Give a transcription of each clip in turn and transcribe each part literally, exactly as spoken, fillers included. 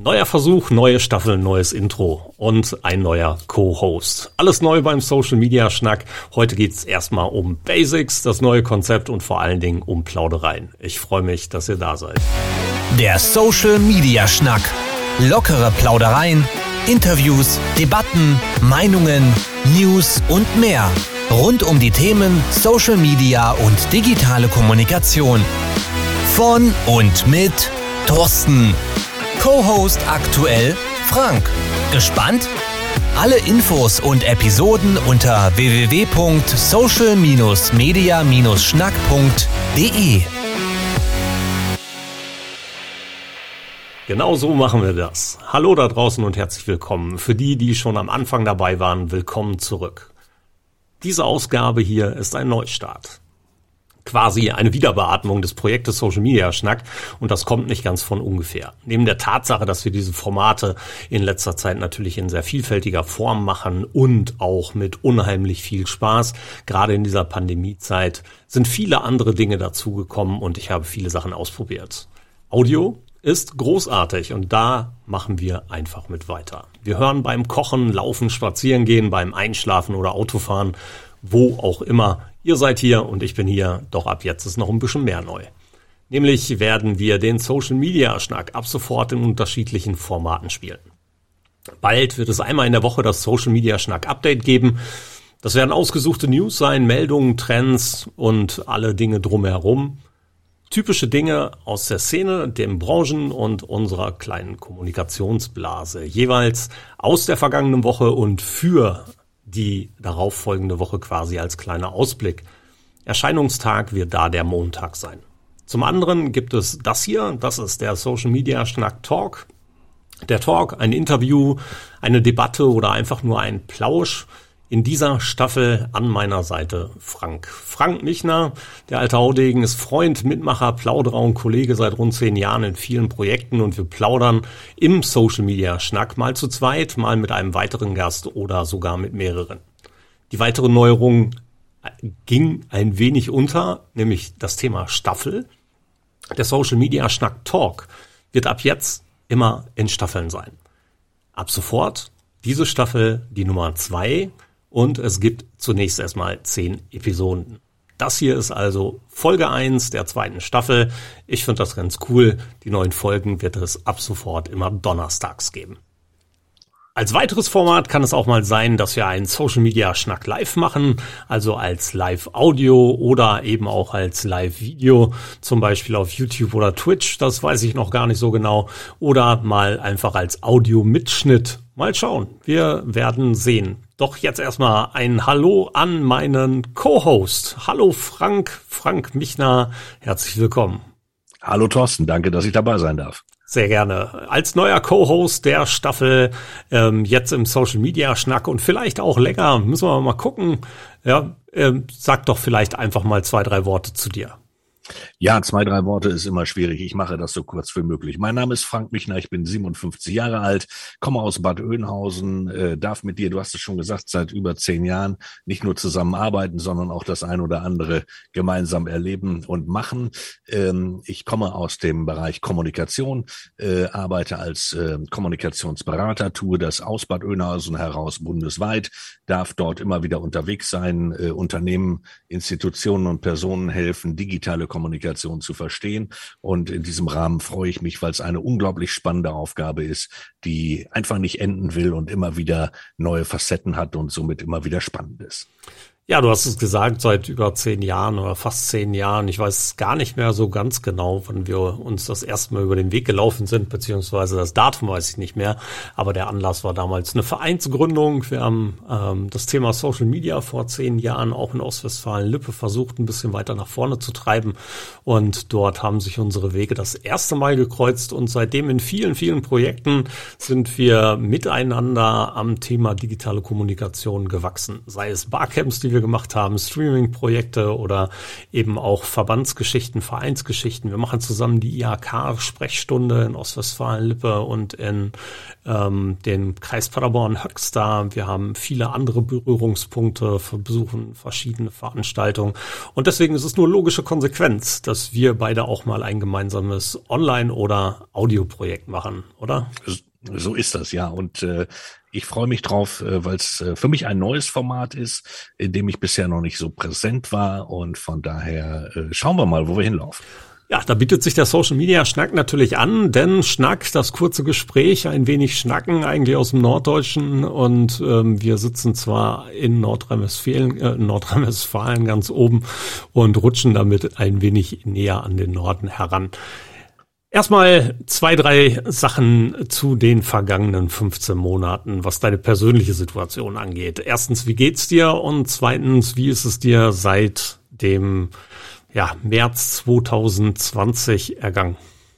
Neuer Versuch, neue Staffel, neues Intro und ein neuer Co-Host. Alles neu beim Social Media Schnack. Heute geht's erstmal um Basics, das neue Konzept und vor allen Dingen um Plaudereien. Ich freue mich, dass ihr da seid. Der Social Media Schnack. Lockere Plaudereien, Interviews, Debatten, Meinungen, News und mehr. Rund um die Themen Social Media und digitale Kommunikation. Von und mit Thorsten. Co-Host aktuell Frank. Gespannt? Alle Infos und Episoden unter w w w punkt social media schnack punkt d e. Genau so machen wir das. Hallo da draußen und herzlich willkommen. Für die, die schon am Anfang dabei waren, willkommen zurück. Diese Ausgabe hier ist ein Neustart. Quasi eine Wiederbeatmung des Projektes Social Media Schnack und das kommt nicht ganz von ungefähr. Neben der Tatsache, dass wir diese Formate in letzter Zeit natürlich in sehr vielfältiger Form machen und auch mit unheimlich viel Spaß, gerade in dieser Pandemiezeit, sind viele andere Dinge dazugekommen und ich habe viele Sachen ausprobiert. Audio ist großartig und da machen wir einfach mit weiter. Wir hören beim Kochen, Laufen, Spazierengehen, beim Einschlafen oder Autofahren, wo auch immer. Ihr seid hier und ich bin hier, doch ab jetzt ist noch ein bisschen mehr neu. Nämlich werden wir den Social Media Schnack ab sofort in unterschiedlichen Formaten spielen. Bald wird es einmal in der Woche das Social Media Schnack Update geben. Das werden ausgesuchte News sein, Meldungen, Trends und alle Dinge drumherum. Typische Dinge aus der Szene, den Branchen und unserer kleinen Kommunikationsblase. Jeweils aus der vergangenen Woche und für die darauffolgende Woche quasi als kleiner Ausblick. Erscheinungstag wird da der Montag sein. Zum anderen gibt es das hier, das ist der Social Media Schnack Talk. Der Talk, ein Interview, eine Debatte oder einfach nur ein Plausch. In dieser Staffel an meiner Seite Frank. Frank Michner, der alte Haudegen, ist Freund, Mitmacher, Plauderer und Kollege seit rund zehn Jahren in vielen Projekten und wir plaudern im Social Media Schnack mal zu zweit, mal mit einem weiteren Gast oder sogar mit mehreren. Die weitere Neuerung ging ein wenig unter, nämlich das Thema Staffel. Der Social Media Schnack Talk wird ab jetzt immer in Staffeln sein. Ab sofort diese Staffel die Nummer zwei. Und es gibt zunächst erstmal zehn Episoden. Das hier ist also Folge eins der zweiten Staffel. Ich finde das ganz cool. Die neuen Folgen wird es ab sofort immer donnerstags geben. Als weiteres Format kann es auch mal sein, dass wir einen Social Media Schnack live machen, also als Live-Audio oder eben auch als Live-Video, zum Beispiel auf YouTube oder Twitch, das weiß ich noch gar nicht so genau, oder mal einfach als Audio-Mitschnitt. Mal schauen, wir werden sehen. Doch jetzt erstmal ein Hallo an meinen Co-Host. Hallo Frank, Frank Michner, herzlich willkommen. Hallo Thorsten, danke, dass ich dabei sein darf. Sehr gerne. Als neuer Co-Host der Staffel, ähm, jetzt im Social Media Schnack und vielleicht auch länger, müssen wir mal gucken. Ja, ähm, sag doch vielleicht einfach mal zwei, drei Worte zu dir. Ja, zwei, drei Worte ist immer schwierig. Ich mache das so kurz wie möglich. Mein Name ist Frank Michner, ich bin siebenundfünfzig Jahre alt, komme aus Bad Oeynhausen, äh, darf mit dir, du hast es schon gesagt, seit über zehn Jahren nicht nur zusammenarbeiten, sondern auch das ein oder andere gemeinsam erleben und machen. Ähm, ich komme aus dem Bereich Kommunikation, äh, arbeite als äh, Kommunikationsberater, tue das aus Bad Oeynhausen heraus bundesweit, darf dort immer wieder unterwegs sein, äh, Unternehmen, Institutionen und Personen helfen, digitale Kommunikation zu verstehen. Und in diesem Rahmen freue ich mich, weil es eine unglaublich spannende Aufgabe ist, die einfach nicht enden will und immer wieder neue Facetten hat und somit immer wieder spannend ist. Ja, du hast es gesagt, seit über zehn Jahren oder fast zehn Jahren. Ich weiß gar nicht mehr so ganz genau, wann wir uns das erste Mal über den Weg gelaufen sind, beziehungsweise das Datum weiß ich nicht mehr. Aber der Anlass war damals eine Vereinsgründung. Wir haben ähm, das Thema Social Media vor zehn Jahren auch in Ostwestfalen-Lippe versucht, ein bisschen weiter nach vorne zu treiben. Und dort haben sich unsere Wege das erste Mal gekreuzt. Und seitdem in vielen, vielen Projekten sind wir miteinander am Thema digitale Kommunikation gewachsen. Sei es Barcamps, die die wir gemacht haben, Streaming-Projekte oder eben auch Verbandsgeschichten, Vereinsgeschichten. Wir machen zusammen die I H K-Sprechstunde in Ostwestfalen-Lippe und in ähm, den Kreis Paderborn-Höxter. Wir haben viele andere Berührungspunkte, besuchen verschiedene Veranstaltungen. Und deswegen ist es nur logische Konsequenz, dass wir beide auch mal ein gemeinsames Online- oder Audioprojekt machen, oder? So ist das, ja. Und äh, ich freue mich drauf, äh, weil es äh, für mich ein neues Format ist, in dem ich bisher noch nicht so präsent war. Und von daher äh, schauen wir mal, wo wir hinlaufen. Ja, da bietet sich der Social Media Schnack natürlich an, denn Schnack, das kurze Gespräch, ein wenig Schnacken eigentlich aus dem Norddeutschen, und ähm, wir sitzen zwar in Nordrhein-Westfalen, äh, Nordrhein-Westfalen ganz oben und rutschen damit ein wenig näher an den Norden heran. Erstmal zwei, drei Sachen zu den vergangenen fünfzehn Monaten, was deine persönliche Situation angeht. Erstens, wie geht's dir? Und zweitens, wie ist es dir seit dem ja, März zwanzig zwanzig ergangen?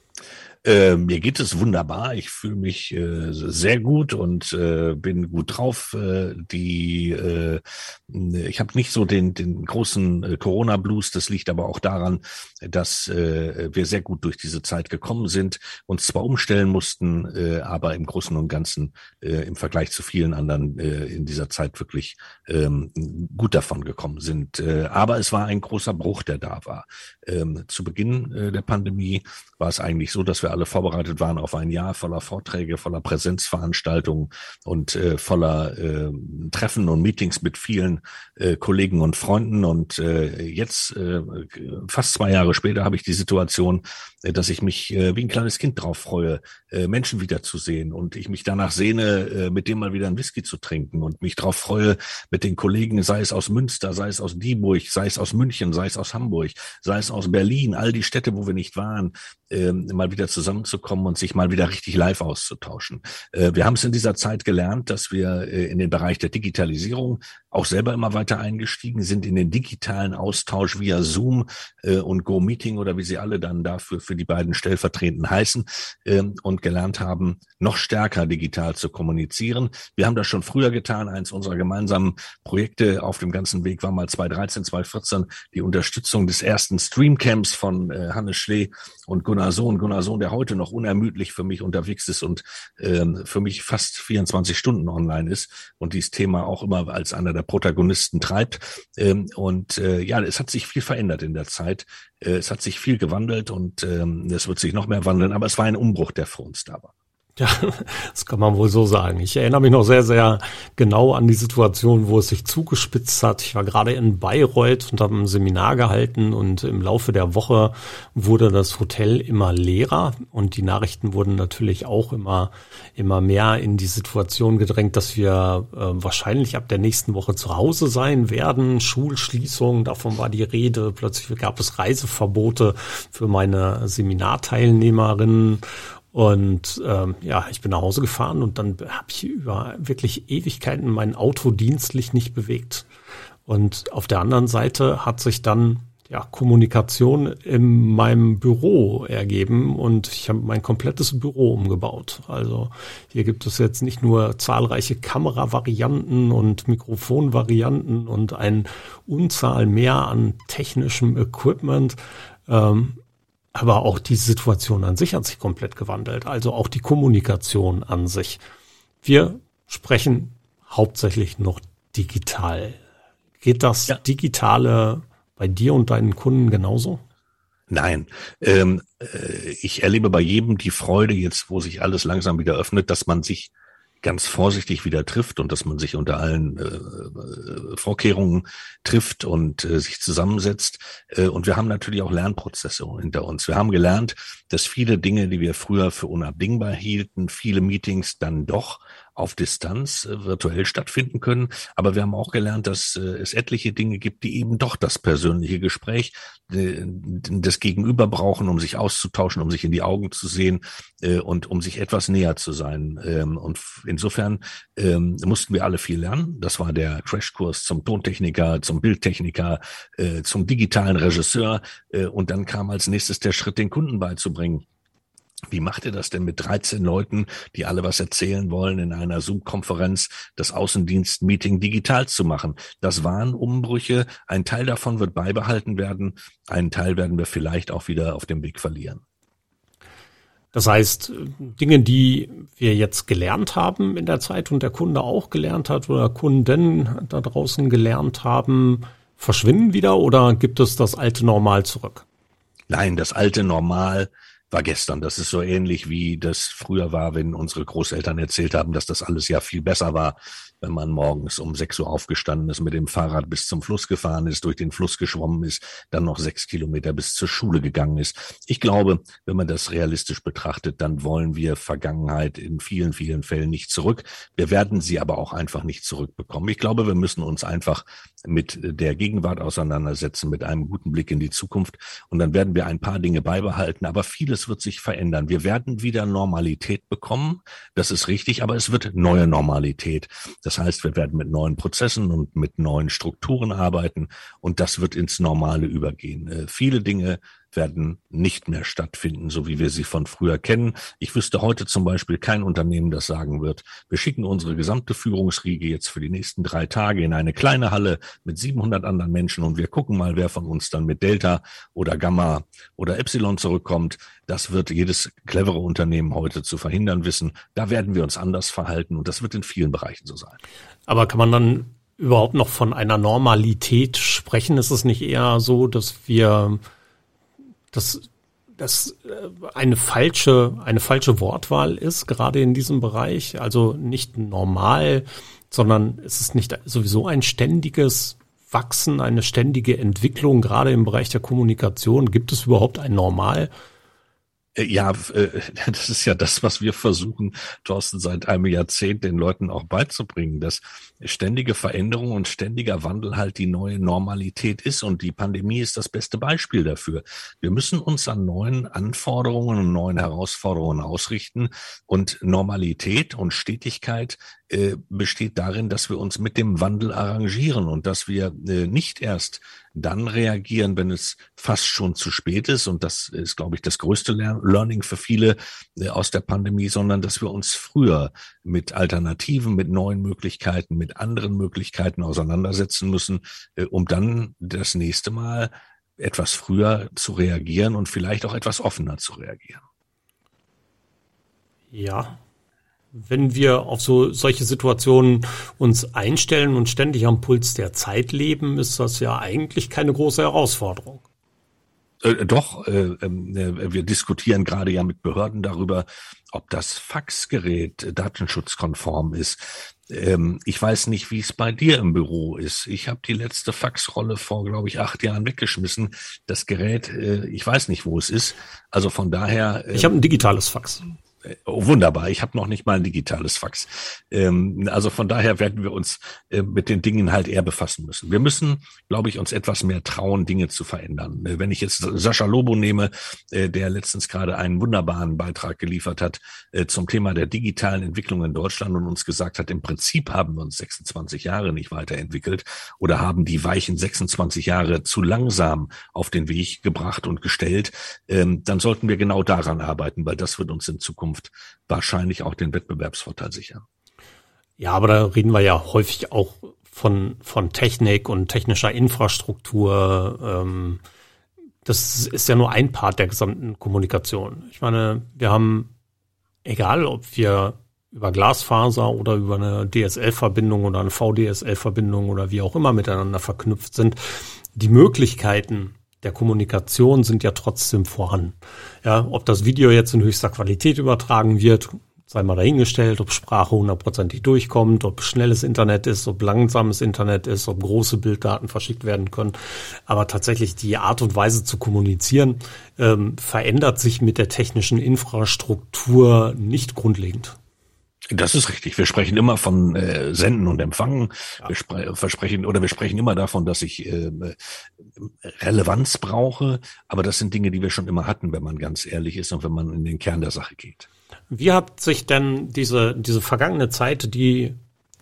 Äh, mir geht es wunderbar. Ich fühle mich äh, sehr gut und äh, bin gut drauf. Äh, die, äh, ich habe nicht so den, den großen äh, Corona-Blues. Das liegt aber auch daran, dass äh, wir sehr gut durch diese Zeit gekommen sind, uns zwar umstellen mussten, äh, aber im Großen und Ganzen äh, im Vergleich zu vielen anderen äh, in dieser Zeit wirklich äh, gut davon gekommen sind. Äh, aber es war ein großer Bruch, der da war. Ähm, zu Beginn äh, der Pandemie war es eigentlich so, dass wir alle vorbereitet waren auf ein Jahr voller Vorträge, voller Präsenzveranstaltungen und äh, voller äh, Treffen und Meetings mit vielen äh, Kollegen und Freunden. Und äh, jetzt, äh, fast zwei Jahre später, habe ich die Situation, äh, dass ich mich äh, wie ein kleines Kind drauf freue, äh, Menschen wiederzusehen, und ich mich danach sehne, äh, mit dem mal wieder ein Whisky zu trinken, und mich drauf freue, mit den Kollegen, sei es aus Münster, sei es aus Dieburg, sei es aus München, sei es aus Hamburg, sei es aus Berlin, all die Städte, wo wir nicht waren, äh, mal wieder zusammenzukommen und sich mal wieder richtig live auszutauschen. Äh, wir haben es in dieser Zeit gelernt, dass wir äh, in den Bereich der Digitalisierung auch selber immer weiter eingestiegen sind, in den digitalen Austausch via Zoom äh, und GoMeeting oder wie sie alle dann dafür für die beiden stellvertretend heißen, äh, und gelernt haben, noch stärker digital zu kommunizieren. Wir haben das schon früher getan. Eins unserer gemeinsamen Projekte auf dem ganzen Weg war mal zwanzig dreizehn, zwanzig vierzehn die Unterstützung des ersten Streamcamps von äh, Hannes Schlee und Gunnar Sohn. Gunnar Sohn, der heute noch unermüdlich für mich unterwegs ist und ähm, für mich fast vierundzwanzig Stunden online ist und dieses Thema auch immer als einer der Protagonisten treibt. Ähm, und äh, ja, es hat sich viel verändert in der Zeit. Äh, es hat sich viel gewandelt, und ähm, es wird sich noch mehr wandeln. Aber es war ein Umbruch, der für uns da war. Ja, das kann man wohl so sagen. Ich erinnere mich noch sehr, sehr genau an die Situation, wo es sich zugespitzt hat. Ich war gerade in Bayreuth und habe ein Seminar gehalten, und im Laufe der Woche wurde das Hotel immer leerer, und die Nachrichten wurden natürlich auch immer immer mehr in die Situation gedrängt, dass wir äh, wahrscheinlich ab der nächsten Woche zu Hause sein werden. Schulschließung, davon war die Rede. Plötzlich gab es Reiseverbote für meine Seminarteilnehmerinnen. Und ähm, ja, ich bin nach Hause gefahren, und dann habe ich über wirklich Ewigkeiten mein Auto dienstlich nicht bewegt. Und auf der anderen Seite hat sich dann ja Kommunikation in meinem Büro ergeben, und ich habe mein komplettes Büro umgebaut. Also hier gibt es jetzt nicht nur zahlreiche Kameravarianten und Mikrofonvarianten und eine Unzahl mehr an technischem Equipment, ähm, aber auch die Situation an sich hat sich komplett gewandelt, also auch die Kommunikation an sich. Wir sprechen hauptsächlich noch digital. Geht das ja. Digitale bei dir und deinen Kunden genauso? Nein, ähm, äh, ich erlebe bei jedem die Freude jetzt, wo sich alles langsam wieder öffnet, dass man sich ganz vorsichtig wieder trifft und dass man sich unter allen äh, Vorkehrungen trifft und äh, sich zusammensetzt. Äh, und wir haben natürlich auch Lernprozesse hinter uns. Wir haben gelernt, dass viele Dinge, die wir früher für unabdingbar hielten, viele Meetings dann doch auf Distanz äh, virtuell stattfinden können. Aber wir haben auch gelernt, dass äh, es etliche Dinge gibt, die eben doch das persönliche Gespräch, äh, das Gegenüber brauchen, um sich auszutauschen, um sich in die Augen zu sehen äh, und um sich etwas näher zu sein. Ähm, und insofern ähm, mussten wir alle viel lernen. Das war der Crashkurs zum Tontechniker, zum Bildtechniker, äh, zum digitalen Regisseur. Äh, und dann kam als nächstes der Schritt, den Kunden beizubringen. Wie macht ihr das denn mit dreizehn Leuten, die alle was erzählen wollen, in einer Zoom-Konferenz das Außendienst-Meeting digital zu machen? Das waren Umbrüche. Ein Teil davon wird beibehalten werden. Einen Teil werden wir vielleicht auch wieder auf dem Weg verlieren. Das heißt, Dinge, die wir jetzt gelernt haben in der Zeit und der Kunde auch gelernt hat oder Kunden da draußen gelernt haben, verschwinden wieder oder gibt es das alte Normal zurück? Nein, das alte Normal war gestern. Das ist so ähnlich wie das früher war, wenn unsere Großeltern erzählt haben, dass das alles ja viel besser war, wenn man morgens um sechs Uhr aufgestanden ist, mit dem Fahrrad bis zum Fluss gefahren ist, durch den Fluss geschwommen ist, dann noch sechs Kilometer bis zur Schule gegangen ist. Ich glaube, wenn man das realistisch betrachtet, dann wollen wir Vergangenheit in vielen, vielen Fällen nicht zurück. Wir werden sie aber auch einfach nicht zurückbekommen. Ich glaube, wir müssen uns einfach mit der Gegenwart auseinandersetzen, mit einem guten Blick in die Zukunft. Und dann werden wir ein paar Dinge beibehalten, aber vieles wird sich verändern. Wir werden wieder Normalität bekommen. Das ist richtig, aber es wird neue Normalität. Das heißt, wir werden mit neuen Prozessen und mit neuen Strukturen arbeiten und das wird ins Normale übergehen. Äh, viele Dinge werden nicht mehr stattfinden, so wie wir sie von früher kennen. Ich wüsste heute zum Beispiel kein Unternehmen, das sagen wird, wir schicken unsere gesamte Führungsriege jetzt für die nächsten drei Tage in eine kleine Halle mit siebenhundert anderen Menschen und wir gucken mal, wer von uns dann mit Delta oder Gamma oder Epsilon zurückkommt. Das wird jedes clevere Unternehmen heute zu verhindern wissen. Da werden wir uns anders verhalten und das wird in vielen Bereichen so sein. Aber kann man dann überhaupt noch von einer Normalität sprechen? Ist es nicht eher so, dass wir dass das eine falsche eine falsche Wortwahl ist, gerade in diesem Bereich, also nicht normal, sondern es ist nicht sowieso ein ständiges Wachsen, eine ständige Entwicklung, gerade im Bereich der Kommunikation. Gibt es überhaupt ein Normal? Ja, das ist ja das, was wir versuchen, Thorsten, seit einem Jahrzehnt den Leuten auch beizubringen, dass ständige Veränderung und ständiger Wandel halt die neue Normalität ist und die Pandemie ist das beste Beispiel dafür. Wir müssen uns an neuen Anforderungen und neuen Herausforderungen ausrichten und Normalität und Stetigkeit äh, besteht darin, dass wir uns mit dem Wandel arrangieren und dass wir äh, nicht erst dann reagieren, wenn es fast schon zu spät ist. Und das ist, glaube ich, das größte Learning für viele äh, aus der Pandemie, sondern dass wir uns früher mit Alternativen, mit neuen Möglichkeiten, mit anderen Möglichkeiten auseinandersetzen müssen, äh, um dann das nächste Mal etwas früher zu reagieren und vielleicht auch etwas offener zu reagieren. Ja. Wenn wir auf so solche Situationen uns einstellen und ständig am Puls der Zeit leben, ist das ja eigentlich keine große Herausforderung. Äh, doch, äh, äh, wir diskutieren gerade ja mit Behörden darüber, ob das Faxgerät datenschutzkonform ist. Ähm, ich weiß nicht, wie es bei dir im Büro ist. Ich habe die letzte Faxrolle vor, glaube ich, acht Jahren weggeschmissen. Das Gerät, äh, ich weiß nicht, wo es ist. Also von daher. Äh, ich habe ein digitales Fax. Oh, wunderbar, ich habe noch nicht mal ein digitales Fax. Ähm, also von daher werden wir uns äh, mit den Dingen halt eher befassen müssen. Wir müssen, glaube ich, uns etwas mehr trauen, Dinge zu verändern. Äh, wenn ich jetzt Sascha Lobo nehme, äh, der letztens gerade einen wunderbaren Beitrag geliefert hat äh, zum Thema der digitalen Entwicklung in Deutschland und uns gesagt hat, im Prinzip haben wir uns sechsundzwanzig Jahre nicht weiterentwickelt oder haben die weichen sechsundzwanzig Jahre zu langsam auf den Weg gebracht und gestellt, ähm, dann sollten wir genau daran arbeiten, weil das wird uns in Zukunft wahrscheinlich auch den Wettbewerbsvorteil sichern. Ja, aber da reden wir ja häufig auch von von Technik und technischer Infrastruktur. Ähm, das ist ja nur ein Part der gesamten Kommunikation. Ich meine, wir haben, egal ob wir über Glasfaser oder über eine D S L-Verbindung oder eine V D S L-Verbindung oder wie auch immer miteinander verknüpft sind, die Möglichkeiten der Kommunikation sind ja trotzdem vorhanden. Ja, ob das Video jetzt in höchster Qualität übertragen wird, sei mal dahingestellt, ob Sprache hundertprozentig durchkommt, ob schnelles Internet ist, ob langsames Internet ist, ob große Bilddaten verschickt werden können. Aber tatsächlich die Art und Weise zu kommunizieren ähm, verändert sich mit der technischen Infrastruktur nicht grundlegend. Das ist richtig. Wir sprechen immer von äh, Senden und Empfangen. Ja. Wir spre- versprechen oder wir sprechen immer davon, dass ich äh, Relevanz brauche. Aber das sind Dinge, die wir schon immer hatten, wenn man ganz ehrlich ist und wenn man in den Kern der Sache geht. Wie hat sich denn diese diese vergangene Zeit die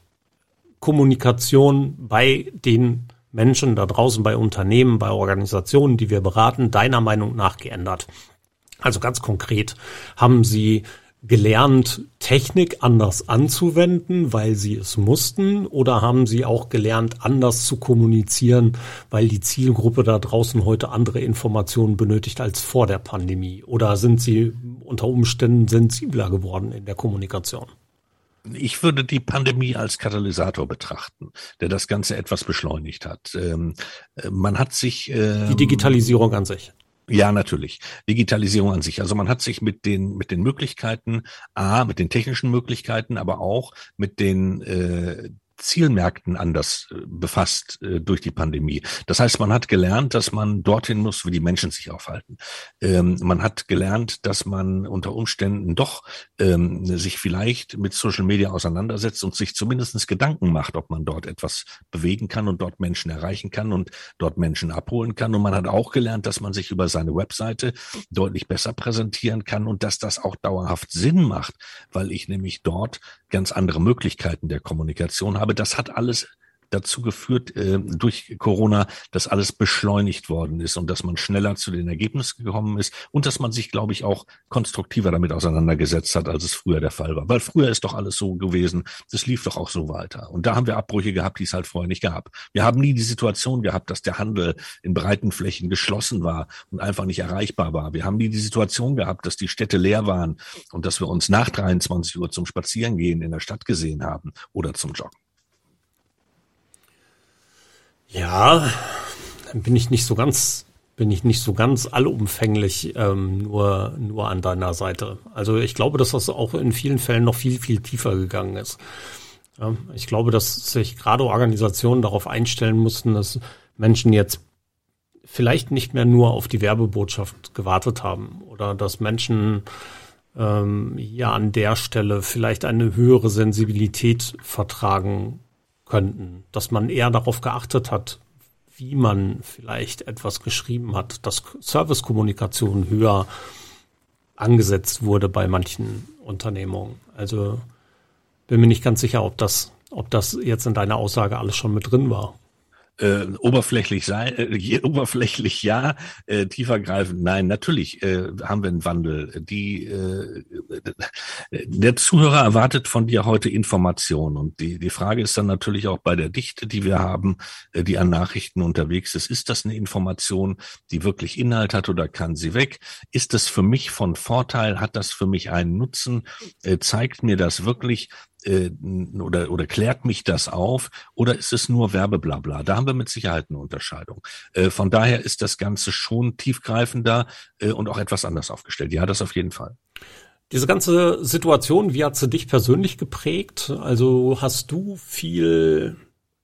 Kommunikation bei den Menschen da draußen, bei Unternehmen, bei Organisationen, die wir beraten, deiner Meinung nach geändert? Also ganz konkret, haben Sie gelernt, Technik anders anzuwenden, weil Sie es mussten, oder haben Sie auch gelernt, anders zu kommunizieren, weil die Zielgruppe da draußen heute andere Informationen benötigt als vor der Pandemie? Oder sind Sie unter Umständen sensibler geworden in der Kommunikation? Ich würde die Pandemie als Katalysator betrachten, der das Ganze etwas beschleunigt hat. Ähm, man hat sich ähm, die Digitalisierung an sich. Ja, natürlich. Digitalisierung an sich. Also man hat sich mit den mit den Möglichkeiten, A, mit den technischen Möglichkeiten, aber auch mit den äh, Zielmärkten anders äh, befasst äh, durch die Pandemie. Das heißt, man hat gelernt, dass man dorthin muss, wo die Menschen sich aufhalten. Ähm, man hat gelernt, dass man unter Umständen doch ähm, sich vielleicht mit Social Media auseinandersetzt und sich zumindest Gedanken macht, ob man dort etwas bewegen kann und dort Menschen erreichen kann und dort Menschen abholen kann. Und man hat auch gelernt, dass man sich über seine Webseite deutlich besser präsentieren kann und dass das auch dauerhaft Sinn macht, weil ich nämlich dort ganz andere Möglichkeiten der Kommunikation habe. Das hat alles dazu geführt, äh, durch Corona, dass alles beschleunigt worden ist und dass man schneller zu den Ergebnissen gekommen ist und dass man sich, glaube ich, auch konstruktiver damit auseinandergesetzt hat, als es früher der Fall war. Weil früher ist doch alles so gewesen, das lief doch auch so weiter. Und da haben wir Abbrüche gehabt, die es halt vorher nicht gab. Wir haben nie die Situation gehabt, dass der Handel in breiten Flächen geschlossen war und einfach nicht erreichbar war. Wir haben nie die Situation gehabt, dass die Städte leer waren und dass wir uns nach dreiundzwanzig Uhr zum Spazierengehen in der Stadt gesehen haben oder zum Joggen. Ja, bin ich nicht so ganz, bin ich nicht so ganz allumfänglich ähm, nur nur an deiner Seite. Also ich glaube, dass das auch in vielen Fällen noch viel viel tiefer gegangen ist. Ja, ich glaube, dass sich gerade Organisationen darauf einstellen mussten, dass Menschen jetzt vielleicht nicht mehr nur auf die Werbebotschaft gewartet haben oder dass Menschen ähm, hier an der Stelle vielleicht eine höhere Sensibilität vertragen könnten, dass man eher darauf geachtet hat, wie man vielleicht etwas geschrieben hat, dass Servicekommunikation höher angesetzt wurde bei manchen Unternehmungen. Also bin mir nicht ganz sicher, ob das, ob das jetzt in deiner Aussage alles schon mit drin war. Äh, oberflächlich sein, äh, oberflächlich ja, äh, tiefergreifend nein. Natürlich äh, haben wir einen Wandel. Die äh, der Zuhörer erwartet von dir heute Information und die die Frage ist dann natürlich auch bei der Dichte, die wir haben, äh, die an Nachrichten unterwegs ist. Ist das eine Information, die wirklich Inhalt hat oder kann sie weg? Ist das für mich von Vorteil? Hat das für mich einen Nutzen? Äh, zeigt mir das wirklich? Oder, oder klärt mich das auf oder ist es nur Werbeblabla? Da haben wir mit Sicherheit eine Unterscheidung. Von daher ist das Ganze schon tiefgreifender und auch etwas anders aufgestellt. Ja, das auf jeden Fall. Diese ganze Situation, wie hat sie dich persönlich geprägt? Also hast du viel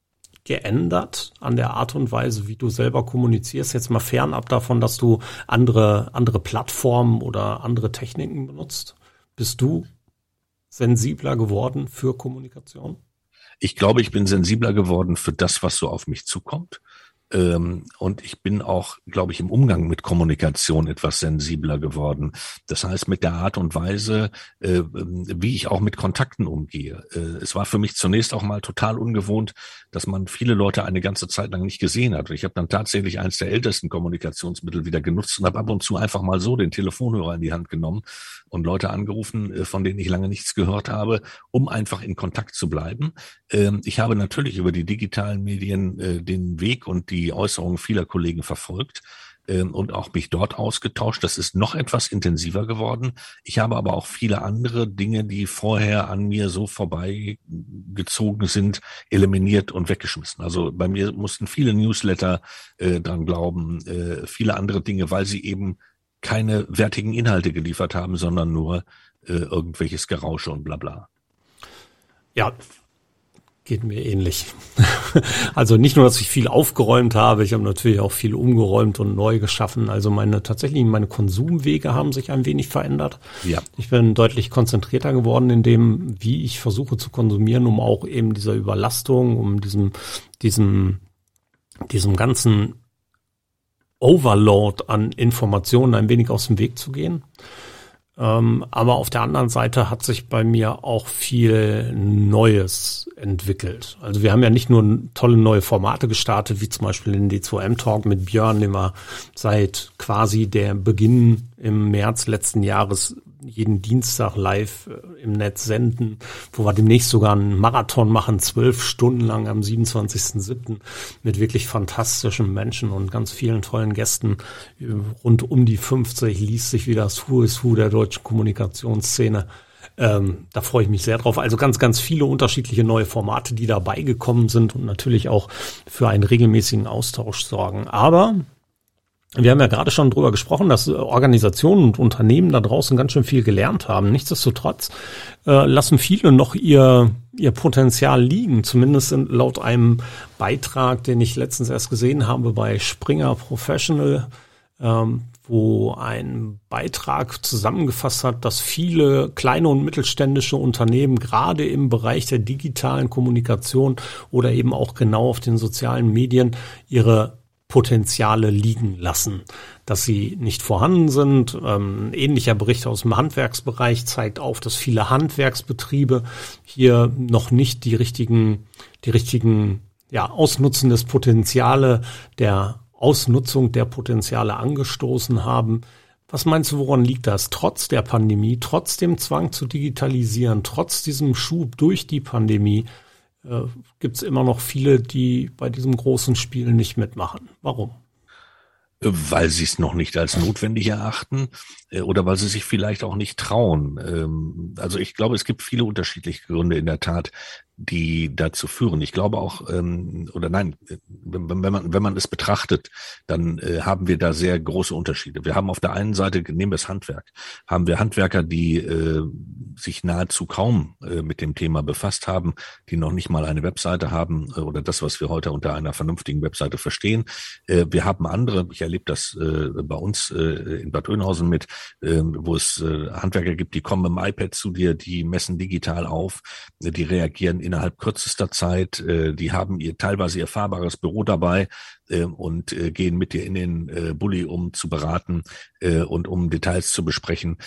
geändert an der Art und Weise, wie du selber kommunizierst? Jetzt mal fernab davon, dass du andere, andere Plattformen oder andere Techniken benutzt. Bist du sensibler geworden für Kommunikation? Ich glaube, ich bin sensibler geworden für das, was so auf mich zukommt. Ähm, und ich bin auch, glaube ich, im Umgang mit Kommunikation etwas sensibler geworden. Das heißt, mit der Art und Weise, äh, wie ich auch mit Kontakten umgehe. Äh, es war für mich zunächst auch mal total ungewohnt, dass man viele Leute eine ganze Zeit lang nicht gesehen hat. Ich habe dann tatsächlich eines der ältesten Kommunikationsmittel wieder genutzt und habe ab und zu einfach mal so den Telefonhörer in die Hand genommen und Leute angerufen, äh, von denen ich lange nichts gehört habe, um einfach in Kontakt zu bleiben. Ähm, ich habe natürlich über die digitalen Medien äh, den Weg und die die Äußerungen vieler Kollegen verfolgt ähm, und auch mich dort ausgetauscht. Das ist noch etwas intensiver geworden. Ich habe aber auch viele andere Dinge, die vorher an mir so vorbeigezogen sind, eliminiert und weggeschmissen. Also bei mir mussten viele Newsletter äh, dran glauben, äh, viele andere Dinge, weil sie eben keine wertigen Inhalte geliefert haben, sondern nur äh, irgendwelches Gerausche und Blabla. Ja, geht mir ähnlich. Also nicht nur, dass ich viel aufgeräumt habe, ich habe natürlich auch viel umgeräumt und neu geschaffen. Also meine tatsächlich meine Konsumwege haben sich ein wenig verändert. Ja. Ich bin deutlich konzentrierter geworden in dem, wie ich versuche zu konsumieren, um auch eben dieser Überlastung, um diesem diesem diesem ganzen Overload an Informationen ein wenig aus dem Weg zu gehen. Ähm, aber auf der anderen Seite hat sich bei mir auch viel Neues entwickelt. Also wir haben ja nicht nur tolle neue Formate gestartet, wie zum Beispiel den D zwei M Talk mit Björn, den wir seit quasi der Beginn im März letzten Jahres jeden Dienstag live im Netz senden, wo wir demnächst sogar einen Marathon machen, zwölf Stunden lang am siebenundzwanzigsten siebten mit wirklich fantastischen Menschen und ganz vielen tollen Gästen. Rund um die fünfzig liest sich wie das Who is Who der deutschen Kommunikationsszene. Ähm, da freue ich mich sehr drauf. Also ganz, ganz viele unterschiedliche neue Formate, die dabei gekommen sind und natürlich auch für einen regelmäßigen Austausch sorgen. Aber wir haben ja gerade schon drüber gesprochen, dass Organisationen und Unternehmen da draußen ganz schön viel gelernt haben. Nichtsdestotrotz äh, lassen viele noch ihr ihr Potenzial liegen. Zumindest in, laut einem Beitrag, den ich letztens erst gesehen habe bei Springer Professional, ähm, wo ein Beitrag zusammengefasst hat, dass viele kleine und mittelständische Unternehmen gerade im Bereich der digitalen Kommunikation oder eben auch genau auf den sozialen Medien ihre Potenziale liegen lassen, dass sie nicht vorhanden sind. Ähm, ein ähnlicher Bericht aus dem Handwerksbereich zeigt auf, dass viele Handwerksbetriebe hier noch nicht die richtigen, die richtigen, ja, Ausnutzen des Potenziale, der Ausnutzung der Potenziale angestoßen haben. Was meinst du, woran liegt das? Trotz der Pandemie, trotz dem Zwang zu digitalisieren, trotz diesem Schub durch die Pandemie, Äh, gibt es immer noch viele, die bei diesem großen Spiel nicht mitmachen. Warum? Weil sie es noch nicht als notwendig erachten oder weil sie sich vielleicht auch nicht trauen. Also ich glaube, es gibt viele unterschiedliche Gründe in der Tat, die dazu führen. Ich glaube auch, oder nein, wenn man, wenn man es betrachtet, dann haben wir da sehr große Unterschiede. Wir haben auf der einen Seite, nehmen wir das Handwerk, haben wir Handwerker, die sich nahezu kaum mit dem Thema befasst haben, die noch nicht mal eine Webseite haben oder das, was wir heute unter einer vernünftigen Webseite verstehen. Wir haben andere, ich erlebe das bei uns in Bad Oeynhausen mit, wo es Handwerker gibt, die kommen mit dem iPad zu dir, die messen digital auf, die reagieren innerhalb kürzester Zeit, die haben ihr teilweise ihr fahrbares Büro dabei und gehen mit dir in den Bulli, um zu beraten und um Details zu besprechen.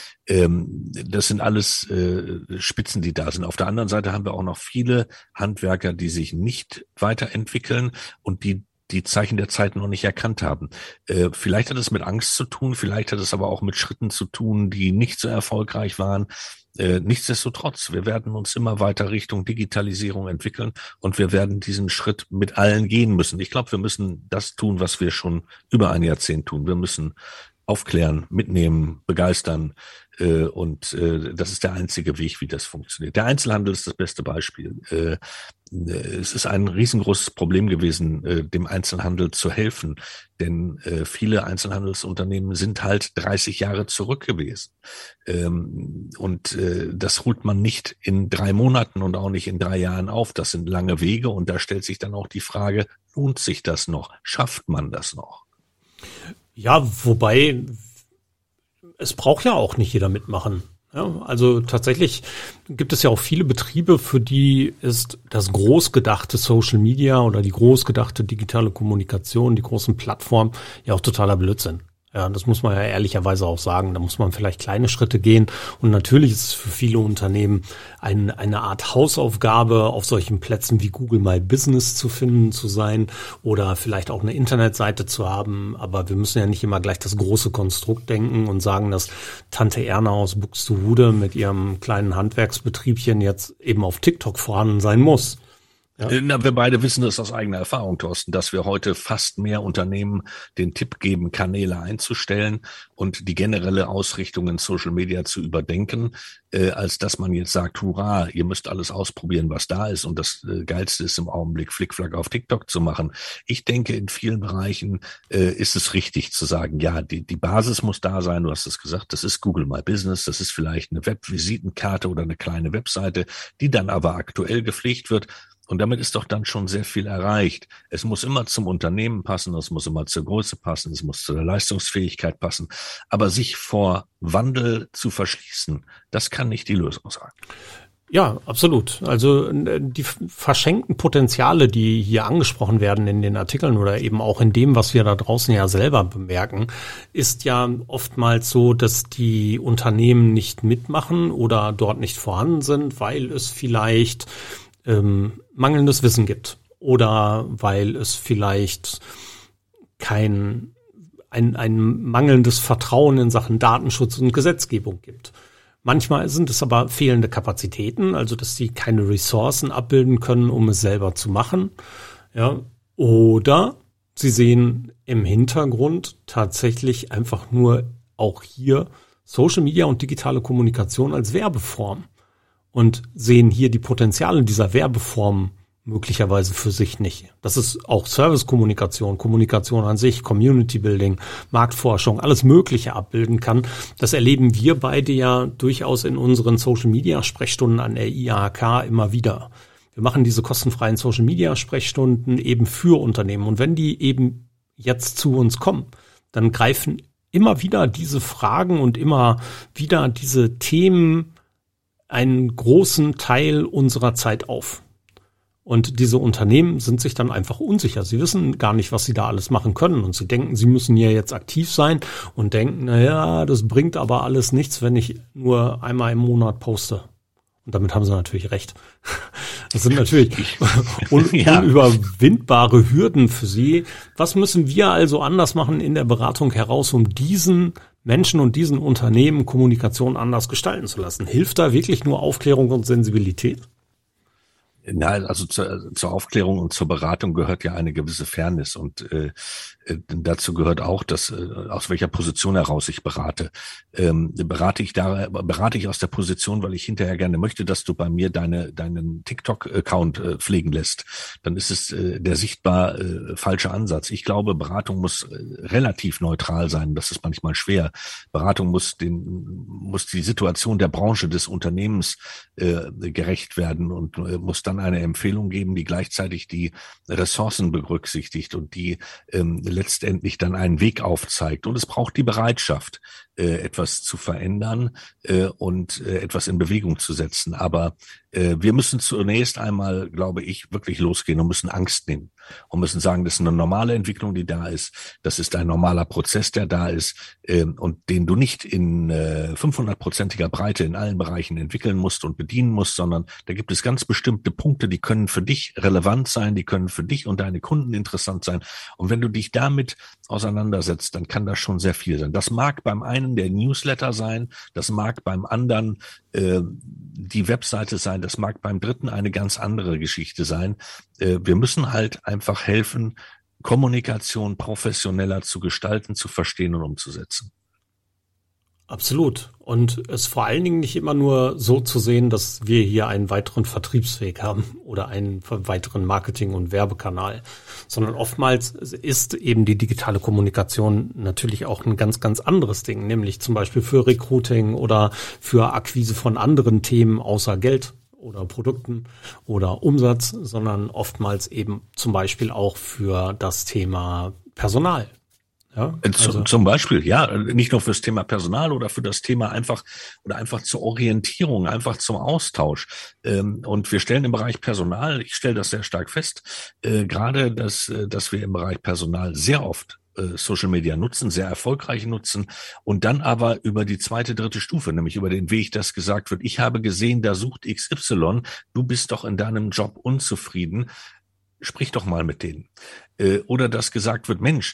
Das sind alles Spitzen, die da sind. Auf der anderen Seite haben wir auch noch viele Handwerker, die sich nicht weiterentwickeln und die die Zeichen der Zeit noch nicht erkannt haben. Äh, vielleicht hat es mit Angst zu tun, vielleicht hat es aber auch mit Schritten zu tun, die nicht so erfolgreich waren. Äh, nichtsdestotrotz, wir werden uns immer weiter Richtung Digitalisierung entwickeln und wir werden diesen Schritt mit allen gehen müssen. Ich glaube, wir müssen das tun, was wir schon über ein Jahrzehnt tun. Wir müssen aufklären, mitnehmen, begeistern. Äh, und äh, das ist der einzige Weg, wie das funktioniert. Der Einzelhandel ist das beste Beispiel. Äh, Es ist ein riesengroßes Problem gewesen, dem Einzelhandel zu helfen, denn viele Einzelhandelsunternehmen sind halt dreißig Jahre zurück gewesen. Und das holt man nicht in drei Monaten und auch nicht in drei Jahren auf. Das sind lange Wege und da stellt sich dann auch die Frage, lohnt sich das noch? Schafft man das noch? Ja, wobei es braucht ja auch nicht jeder mitmachen. Ja, also tatsächlich gibt es ja auch viele Betriebe, für die ist das groß gedachte Social Media oder die groß gedachte digitale Kommunikation, die großen Plattformen ja auch totaler Blödsinn. Ja, das muss man ja ehrlicherweise auch sagen. Da muss man vielleicht kleine Schritte gehen. Und natürlich ist es für viele Unternehmen ein, eine Art Hausaufgabe, auf solchen Plätzen wie Google My Business zu finden, zu sein oder vielleicht auch eine Internetseite zu haben. Aber wir müssen ja nicht immer gleich das große Konstrukt denken und sagen, dass Tante Erna aus Buxtehude mit ihrem kleinen Handwerksbetriebchen jetzt eben auf TikTok vorhanden sein muss. Ja. Na, wir beide wissen das aus eigener Erfahrung, Thorsten, dass wir heute fast mehr Unternehmen den Tipp geben, Kanäle einzustellen und die generelle Ausrichtung in Social Media zu überdenken, äh, als dass man jetzt sagt, hurra, ihr müsst alles ausprobieren, was da ist und das äh, Geilste ist im Augenblick Flickflack auf TikTok zu machen. Ich denke, in vielen Bereichen äh, ist es richtig zu sagen, ja, die, die Basis muss da sein, du hast es gesagt, das ist Google My Business, das ist vielleicht eine Webvisitenkarte oder eine kleine Webseite, die dann aber aktuell gepflegt wird. Und damit ist doch dann schon sehr viel erreicht. Es muss immer zum Unternehmen passen, es muss immer zur Größe passen, es muss zu der Leistungsfähigkeit passen. Aber sich vor Wandel zu verschließen, das kann nicht die Lösung sein. Ja, absolut. Also die verschenkten Potenziale, die hier angesprochen werden in den Artikeln oder eben auch in dem, was wir da draußen ja selber bemerken, ist ja oftmals so, dass die Unternehmen nicht mitmachen oder dort nicht vorhanden sind, weil es vielleicht ähm, mangelndes Wissen gibt oder weil es vielleicht kein ein, ein mangelndes Vertrauen in Sachen Datenschutz und Gesetzgebung gibt. Manchmal sind es aber fehlende Kapazitäten, also dass sie keine Ressourcen abbilden können, um es selber zu machen. Ja, oder sie sehen im Hintergrund tatsächlich einfach nur auch hier Social Media und digitale Kommunikation als Werbeform und sehen hier die Potenziale dieser Werbeform möglicherweise für sich nicht. Das ist auch Servicekommunikation, Kommunikation an sich, Community Building, Marktforschung, alles Mögliche abbilden kann. Das erleben wir beide ja durchaus in unseren Social Media Sprechstunden an der I A H K immer wieder. Wir machen diese kostenfreien Social Media Sprechstunden eben für Unternehmen. Und wenn die eben jetzt zu uns kommen, dann greifen immer wieder diese Fragen und immer wieder diese Themen einen großen Teil unserer Zeit auf. Und diese Unternehmen sind sich dann einfach unsicher. Sie wissen gar nicht, was sie da alles machen können. Und sie denken, sie müssen ja jetzt aktiv sein und denken, na ja, das bringt aber alles nichts, wenn ich nur einmal im Monat poste. Und damit haben sie natürlich recht. Das sind natürlich un- unüberwindbare Hürden für sie. Was müssen wir also anders machen in der Beratung heraus, um diesen Menschen und diesen Unternehmen Kommunikation anders gestalten zu lassen? Hilft da wirklich nur Aufklärung und Sensibilität? Ja, also zur, zur Aufklärung und zur Beratung gehört ja eine gewisse Fairness und äh, dazu gehört auch, dass äh, aus welcher Position heraus ich berate. Ähm, berate ich da, berate ich aus der Position, weil ich hinterher gerne möchte, dass du bei mir deine deinen TikTok-Account äh, pflegen lässt. Dann ist es äh, der sichtbar äh, falsche Ansatz. Ich glaube, Beratung muss äh, relativ neutral sein. Das ist manchmal schwer. Beratung muss den muss die Situation der Branche des Unternehmens äh, gerecht werden und äh, muss dann eine Empfehlung geben, die gleichzeitig die Ressourcen berücksichtigt und die ähm, letztendlich dann einen Weg aufzeigt. Und es braucht die Bereitschaft, äh, etwas zu verändern äh, und äh, etwas in Bewegung zu setzen. Aber äh, wir müssen zunächst einmal, glaube ich, wirklich losgehen und müssen Angst nehmen und müssen sagen, das ist eine normale Entwicklung, die da ist. Das ist ein normaler Prozess, der da ist äh, und den du nicht in äh, fünfhundertprozentiger Breite in allen Bereichen entwickeln musst und bedienen musst, sondern da gibt es ganz bestimmte Punkte, die können für dich relevant sein, die können für dich und deine Kunden interessant sein. Und wenn du dich damit auseinandersetzt, dann kann das schon sehr viel sein. Das mag beim einen der Newsletter sein, das mag beim anderen äh, die Webseite sein, das mag beim dritten eine ganz andere Geschichte sein. Äh, wir müssen halt einfach helfen, Kommunikation professioneller zu gestalten, zu verstehen und umzusetzen. Absolut. Und es vor allen Dingen nicht immer nur so zu sehen, dass wir hier einen weiteren Vertriebsweg haben oder einen weiteren Marketing- und Werbekanal, sondern oftmals ist eben die digitale Kommunikation natürlich auch ein ganz, ganz anderes Ding, nämlich zum Beispiel für Recruiting oder für Akquise von anderen Themen außer Geld oder Produkten oder Umsatz, sondern oftmals eben zum Beispiel auch für das Thema Personal. Ja, also. Zum Beispiel, ja, nicht nur fürs Thema Personal oder für das Thema einfach oder einfach zur Orientierung, einfach zum Austausch. Und wir stellen im Bereich Personal, ich stelle das sehr stark fest, gerade, dass, dass wir im Bereich Personal sehr oft Social Media nutzen, sehr erfolgreich nutzen und dann aber über die zweite, dritte Stufe, nämlich über den Weg, dass gesagt wird, ich habe gesehen, da sucht X Y, du bist doch in deinem Job unzufrieden, sprich doch mal mit denen. Oder dass gesagt wird, Mensch,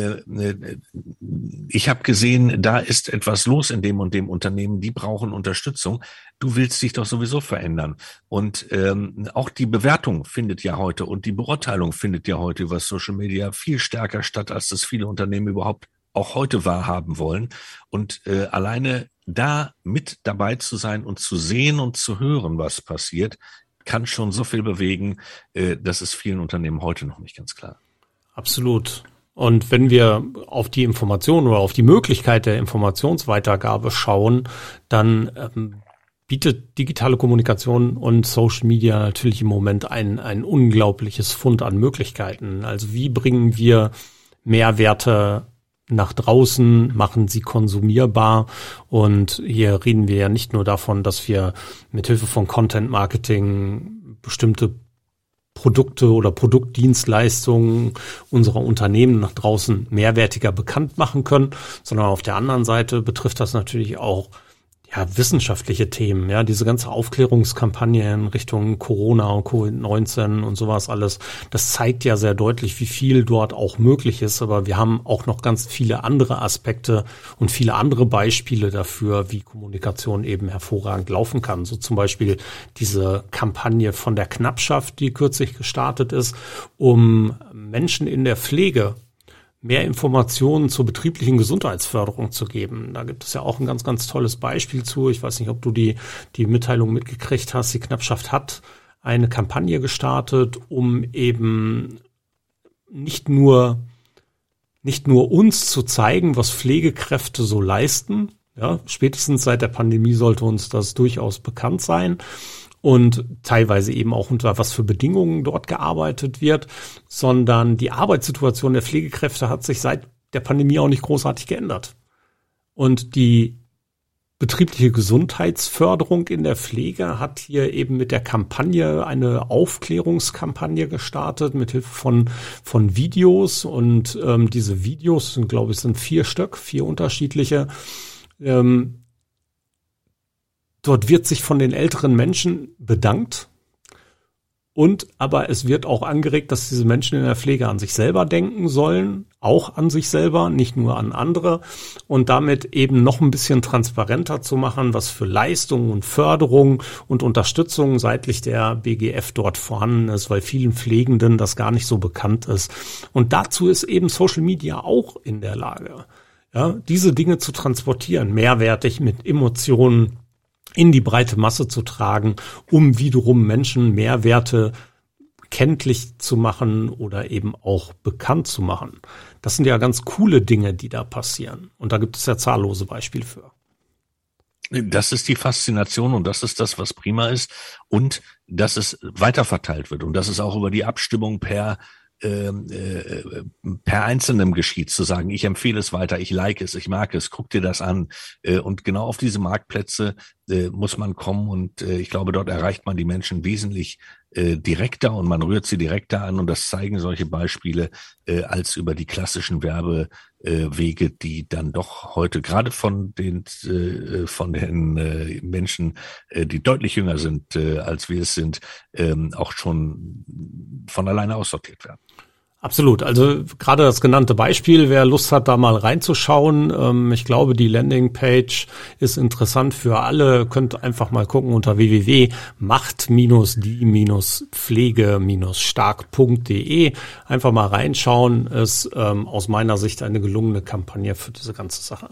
ich habe gesehen, da ist etwas los in dem und dem Unternehmen, die brauchen Unterstützung. Du willst dich doch sowieso verändern. Und ähm, auch die Bewertung findet ja heute und die Beurteilung findet ja heute über Social Media viel stärker statt, als das viele Unternehmen überhaupt auch heute wahrhaben wollen. Und äh, alleine da mit dabei zu sein und zu sehen und zu hören, was passiert, kann schon so viel bewegen. Äh, das ist vielen Unternehmen heute noch nicht ganz klar. Absolut. Und wenn wir auf die Information oder auf die Möglichkeit der Informationsweitergabe schauen, dann ähm, bietet digitale Kommunikation und Social Media natürlich im Moment ein, ein unglaubliches Fund an Möglichkeiten. Also wie bringen wir Mehrwerte nach draußen, machen sie konsumierbar. Und hier reden wir ja nicht nur davon, dass wir mithilfe von Content Marketing bestimmte Produkte oder Produktdienstleistungen unserer Unternehmen nach draußen mehrwertiger bekannt machen können, sondern auf der anderen Seite betrifft das natürlich auch ja, wissenschaftliche Themen, ja, diese ganze Aufklärungskampagne in Richtung Corona und Covid neunzehn und sowas alles, das zeigt ja sehr deutlich, wie viel dort auch möglich ist, aber wir haben auch noch ganz viele andere Aspekte und viele andere Beispiele dafür, wie Kommunikation eben hervorragend laufen kann. So zum Beispiel diese Kampagne von der Knappschaft, die kürzlich gestartet ist, um Menschen in der Pflege mehr Informationen zur betrieblichen Gesundheitsförderung zu geben. Da gibt es ja auch ein ganz, ganz tolles Beispiel zu. Ich weiß nicht, ob du die, die Mitteilung mitgekriegt hast. Die Knappschaft hat eine Kampagne gestartet, um eben nicht nur, nicht nur uns zu zeigen, was Pflegekräfte so leisten. Ja, spätestens seit der Pandemie sollte uns das durchaus bekannt sein. Und teilweise eben auch unter was für Bedingungen dort gearbeitet wird, sondern die Arbeitssituation der Pflegekräfte hat sich seit der Pandemie auch nicht großartig geändert. Und die betriebliche Gesundheitsförderung in der Pflege hat hier eben mit der Kampagne eine Aufklärungskampagne gestartet, mit Hilfe von, von Videos. Und ähm, diese Videos sind, glaube ich, sind vier Stück, vier unterschiedliche. Ähm, Dort wird sich von den älteren Menschen bedankt und aber es wird auch angeregt, dass diese Menschen in der Pflege an sich selber denken sollen, auch an sich selber, nicht nur an andere und damit eben noch ein bisschen transparenter zu machen, was für Leistungen und Förderung und Unterstützung seitlich der B G F dort vorhanden ist, weil vielen Pflegenden das gar nicht so bekannt ist. Und dazu ist eben Social Media auch in der Lage, ja, diese Dinge zu transportieren, mehrwertig mit Emotionen in die breite Masse zu tragen, um wiederum Menschen Mehrwerte kenntlich zu machen oder eben auch bekannt zu machen. Das sind ja ganz coole Dinge, die da passieren. Und da gibt es ja zahllose Beispiele für. Das ist die Faszination und das ist das, was prima ist. Und dass es weiterverteilt wird und dass es auch über die Abstimmung per Äh, äh, per Einzelnem geschieht, zu sagen, ich empfehle es weiter, ich like es, ich mag es, guck dir das an. Äh, und genau auf diese Marktplätze äh, muss man kommen und äh, ich glaube, dort erreicht man die Menschen wesentlich äh, direkter und man rührt sie direkter an und das zeigen solche Beispiele äh, als über die klassischen Werbewege, äh, die dann doch heute gerade von den äh, von den äh, Menschen, äh, die deutlich jünger sind äh, als wir es sind, äh, auch schon von alleine aussortiert werden. Absolut. Also gerade das genannte Beispiel, wer Lust hat, da mal reinzuschauen, ähm, ich glaube, die Landingpage ist interessant für alle. Könnt einfach mal gucken unter w w w punkt macht die pflege stark punkt d e. Einfach mal reinschauen. Ist ähm, aus meiner Sicht eine gelungene Kampagne für diese ganze Sache.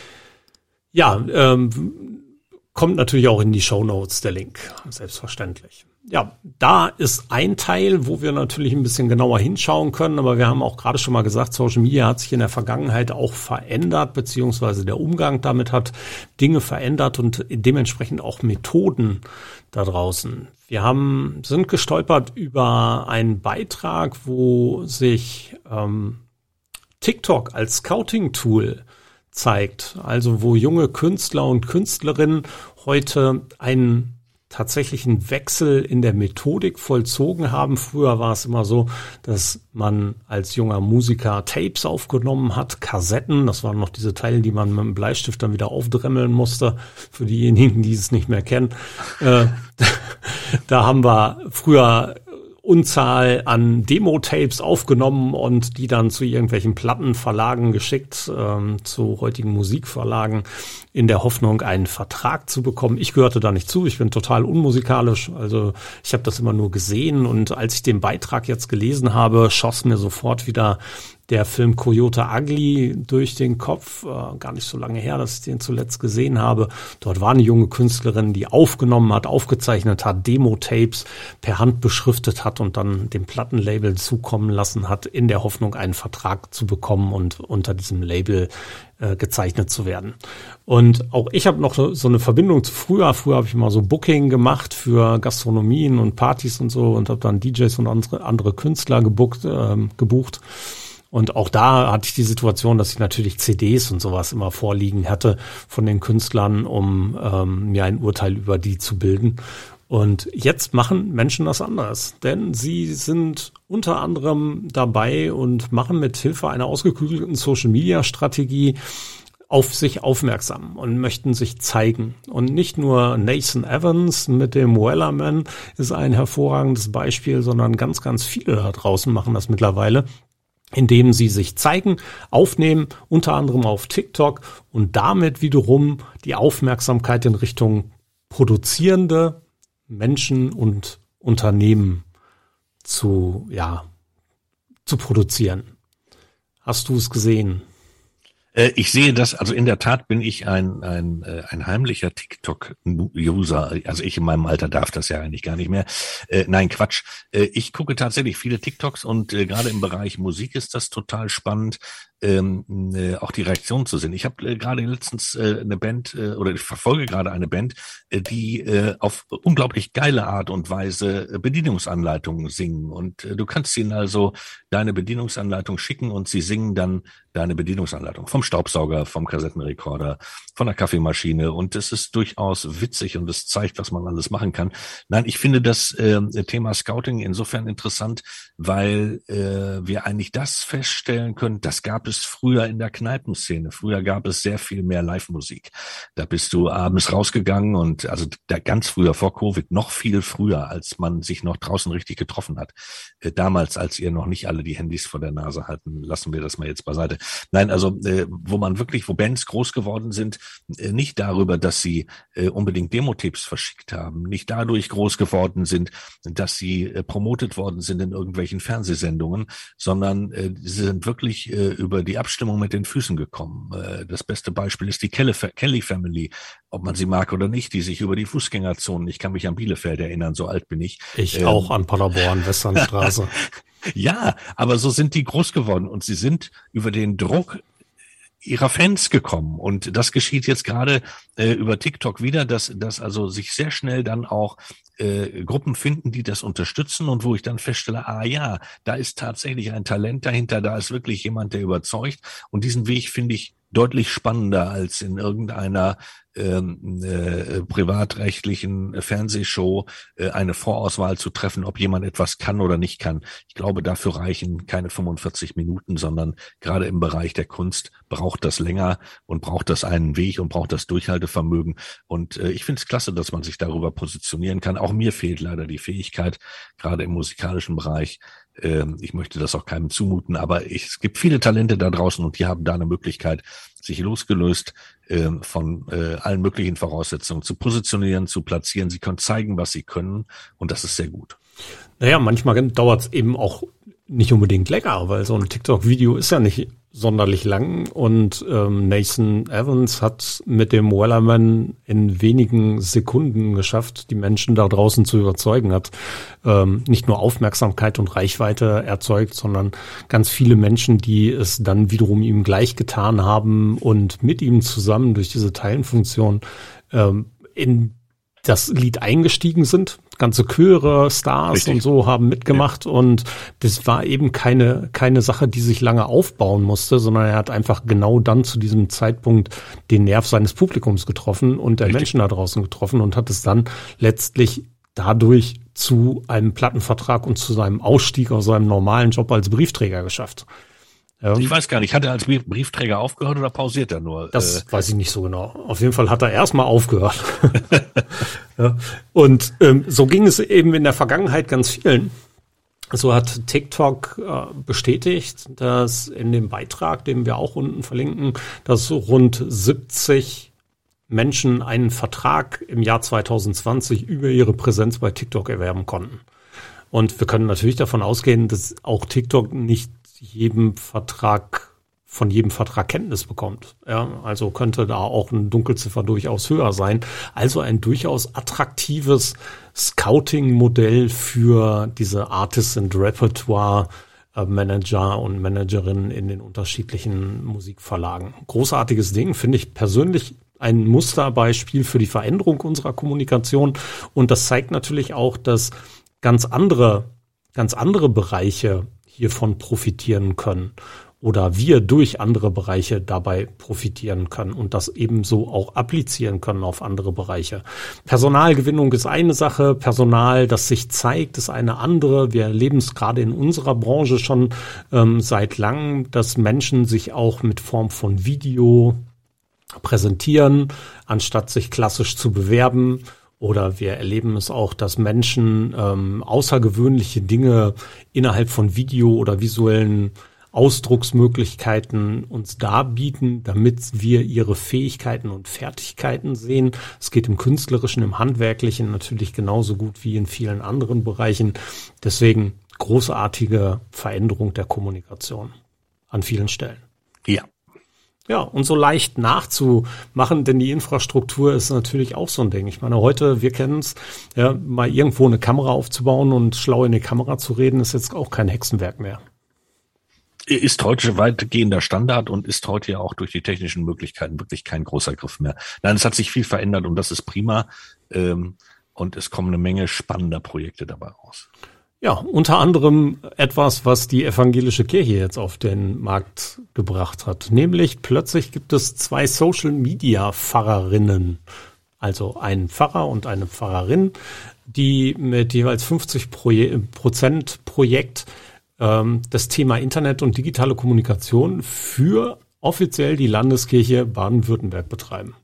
Ja, ähm, kommt natürlich auch in die Shownotes der Link, selbstverständlich. Ja, da ist ein Teil, wo wir natürlich ein bisschen genauer hinschauen können, aber wir haben auch gerade schon mal gesagt, Social Media hat sich in der Vergangenheit auch verändert, beziehungsweise der Umgang damit hat Dinge verändert und dementsprechend auch Methoden da draußen. Wir haben sind gestolpert über einen Beitrag, wo sich ähm, TikTok als Scouting-Tool zeigt, also wo junge Künstler und Künstlerinnen heute einen tatsächlichen Wechsel in der Methodik vollzogen haben. Früher war es immer so, dass man als junger Musiker Tapes aufgenommen hat, Kassetten. Das waren noch diese Teile, die man mit dem Bleistift dann wieder aufdremmeln musste. Für diejenigen, die es nicht mehr kennen. Äh, da haben wir früher Unzahl an Demo-Tapes aufgenommen und die dann zu irgendwelchen Plattenverlagen geschickt, ähm, zu heutigen Musikverlagen, in der Hoffnung, einen Vertrag zu bekommen. Ich gehörte da nicht zu, ich bin total unmusikalisch, also ich habe das immer nur gesehen und als ich den Beitrag jetzt gelesen habe, schoss mir sofort wieder der Film Coyote Ugly durch den Kopf, äh, gar nicht so lange her, dass ich den zuletzt gesehen habe. Dort war eine junge Künstlerin, die aufgenommen hat, aufgezeichnet hat, Demo-Tapes per Hand beschriftet hat und dann dem Plattenlabel zukommen lassen hat, in der Hoffnung, einen Vertrag zu bekommen und unter diesem Label äh, gezeichnet zu werden. Und auch ich habe noch so eine Verbindung zu früher. Früher habe ich mal so Booking gemacht für Gastronomien und Partys und so und habe dann D Js und andere, andere Künstler gebucht, äh, gebucht. Und auch da hatte ich die Situation, dass ich natürlich C Ds und sowas immer vorliegen hatte von den Künstlern, um ähm, mir ein Urteil über die zu bilden. Und jetzt machen Menschen das anders, denn sie sind unter anderem dabei und machen mit Hilfe einer ausgeklügelten Social-Media-Strategie auf sich aufmerksam und möchten sich zeigen. Und nicht nur Nathan Evans mit dem Wellerman ist ein hervorragendes Beispiel, sondern ganz, ganz viele da draußen machen das mittlerweile, indem sie sich zeigen, aufnehmen, unter anderem auf TikTok und damit wiederum die Aufmerksamkeit in Richtung produzierende Menschen und Unternehmen zu, ja, zu produzieren. Hast du es gesehen? Ich sehe das, also in der Tat bin ich ein ein ein heimlicher TikTok-User. Also ich in meinem Alter darf das ja eigentlich gar nicht mehr. Äh, nein, Quatsch. Äh, ich gucke tatsächlich viele TikToks und äh, gerade im Bereich Musik ist das total spannend, ähm, äh, auch die Reaktion zu sehen. Ich habe äh, gerade letztens äh, eine Band äh, oder ich verfolge gerade eine Band, äh, die äh, auf unglaublich geile Art und Weise äh, Bedienungsanleitungen singen. Und äh, du kannst ihnen also deine Bedienungsanleitung schicken und sie singen dann deine Bedienungsanleitung vom Staubsauger, vom Kassettenrekorder, von der Kaffeemaschine und es ist durchaus witzig und es zeigt, was man alles machen kann. Nein, ich finde das äh, Thema Scouting insofern interessant, weil äh, wir eigentlich das feststellen können, das gab es früher in der Kneipenszene. Früher gab es sehr viel mehr Live-Musik. Da bist du abends rausgegangen und also da ganz früher, vor Covid, noch viel früher, als man sich noch draußen richtig getroffen hat. Äh, damals, als ihr noch nicht alle die Handys vor der Nase hatten, lassen wir das mal jetzt beiseite. Nein, also äh, wo man wirklich, wo Bands groß geworden sind, äh, nicht darüber, dass sie äh, unbedingt Demo-Tapes verschickt haben, nicht dadurch groß geworden sind, dass sie äh, promotet worden sind in irgendwelchen Fernsehsendungen, sondern äh, sie sind wirklich äh, über die Abstimmung mit den Füßen gekommen. Äh, das beste Beispiel ist die Kelly Family, ob man sie mag oder nicht, die sich über die Fußgängerzonen, ich kann mich an Bielefeld erinnern, so alt bin ich. Ich ähm, auch an Paderborn, Westernstraße. Ja, aber so sind die groß geworden und sie sind über den Druck ihrer Fans gekommen und das geschieht jetzt gerade äh, über TikTok wieder, dass, dass also sich sehr schnell dann auch äh, Gruppen finden, die das unterstützen und wo ich dann feststelle, ah ja, da ist tatsächlich ein Talent dahinter, da ist wirklich jemand, der überzeugt und diesen Weg finde ich deutlich spannender als in irgendeiner ähm, äh, privatrechtlichen Fernsehshow äh, eine Vorauswahl zu treffen, ob jemand etwas kann oder nicht kann. Ich glaube, dafür reichen keine fünfundvierzig Minuten, sondern gerade im Bereich der Kunst braucht das länger und braucht das einen Weg und braucht das Durchhaltevermögen. Und äh, ich finde es klasse, dass man sich darüber positionieren kann. Auch mir fehlt leider die Fähigkeit, gerade im musikalischen Bereich. Ähm, ich möchte das auch keinem zumuten, aber ich, es gibt viele Talente da draußen und die haben da eine Möglichkeit, sich losgelöst äh, von äh, allen möglichen Voraussetzungen zu positionieren, zu platzieren. Sie können zeigen, was sie können und das ist sehr gut. Naja, manchmal dauert es eben auch nicht unbedingt länger, weil so ein TikTok-Video ist ja nicht sonderlich lang und ähm, Nathan Evans hat mit dem Wellerman in wenigen Sekunden geschafft, die Menschen da draußen zu überzeugen, hat ähm, nicht nur Aufmerksamkeit und Reichweite erzeugt, sondern ganz viele Menschen, die es dann wiederum ihm gleich getan haben und mit ihm zusammen durch diese Teilenfunktion ähm, in das Lied eingestiegen sind. Ganze Chöre, Stars Richtig. Und so haben mitgemacht ja. Und das war eben keine keine Sache, die sich lange aufbauen musste, sondern er hat einfach genau dann zu diesem Zeitpunkt den Nerv seines Publikums getroffen und der Richtig. Menschen da draußen getroffen und hat es dann letztlich dadurch zu einem Plattenvertrag und zu seinem Ausstieg aus seinem normalen Job als Briefträger geschafft. Ja. Ich weiß gar nicht, hat er als Briefträger aufgehört oder pausiert er nur? Das äh, weiß ich nicht so genau. Auf jeden Fall hat er erstmal aufgehört. Ja. Und ähm, so ging es eben in der Vergangenheit ganz vielen. So hat TikTok äh, bestätigt, dass in dem Beitrag, den wir auch unten verlinken, dass rund siebzig Menschen einen Vertrag im Jahr zwanzig zwanzig über ihre Präsenz bei TikTok erwerben konnten. Und wir können natürlich davon ausgehen, dass auch TikTok nicht jedem Vertrag, von jedem Vertrag Kenntnis bekommt. Ja, also könnte da auch eine Dunkelziffer durchaus höher sein. Also ein durchaus attraktives Scouting-Modell für diese Artists and Repertoire Manager und Managerinnen in den unterschiedlichen Musikverlagen. Großartiges Ding, finde ich persönlich ein Musterbeispiel für die Veränderung unserer Kommunikation. Und das zeigt natürlich auch, dass ganz andere, ganz andere Bereiche hiervon profitieren können oder wir durch andere Bereiche dabei profitieren können und das ebenso auch applizieren können auf andere Bereiche. Personalgewinnung ist eine Sache, Personal, das sich zeigt, ist eine andere. Wir erleben es gerade in unserer Branche schon ähm, seit langem, dass Menschen sich auch mit Form von Video präsentieren, anstatt sich klassisch zu bewerben. Oder wir erleben es auch, dass Menschen ähm, außergewöhnliche Dinge innerhalb von Video oder visuellen Ausdrucksmöglichkeiten uns darbieten, damit wir ihre Fähigkeiten und Fertigkeiten sehen. Es geht im Künstlerischen, im Handwerklichen natürlich genauso gut wie in vielen anderen Bereichen. Deswegen großartige Veränderung der Kommunikation an vielen Stellen. Ja. Ja, und so leicht nachzumachen, denn die Infrastruktur ist natürlich auch so ein Ding. Ich meine, heute, wir kennen es, ja, mal irgendwo eine Kamera aufzubauen und schlau in die Kamera zu reden, ist jetzt auch kein Hexenwerk mehr. Ist heute weitgehender Standard und ist heute ja auch durch die technischen Möglichkeiten wirklich kein großer Griff mehr. Nein, es hat sich viel verändert und das ist prima. Ähm, und es kommen eine Menge spannender Projekte dabei raus. Ja, unter anderem etwas, was die evangelische Kirche jetzt auf den Markt gebracht hat. Nämlich plötzlich gibt es zwei Social-Media-Pfarrerinnen. Also einen Pfarrer und eine Pfarrerin, die mit jeweils fünfzig Prozent Projekt das Thema Internet und digitale Kommunikation für offiziell die Landeskirche Baden-Württemberg betreiben.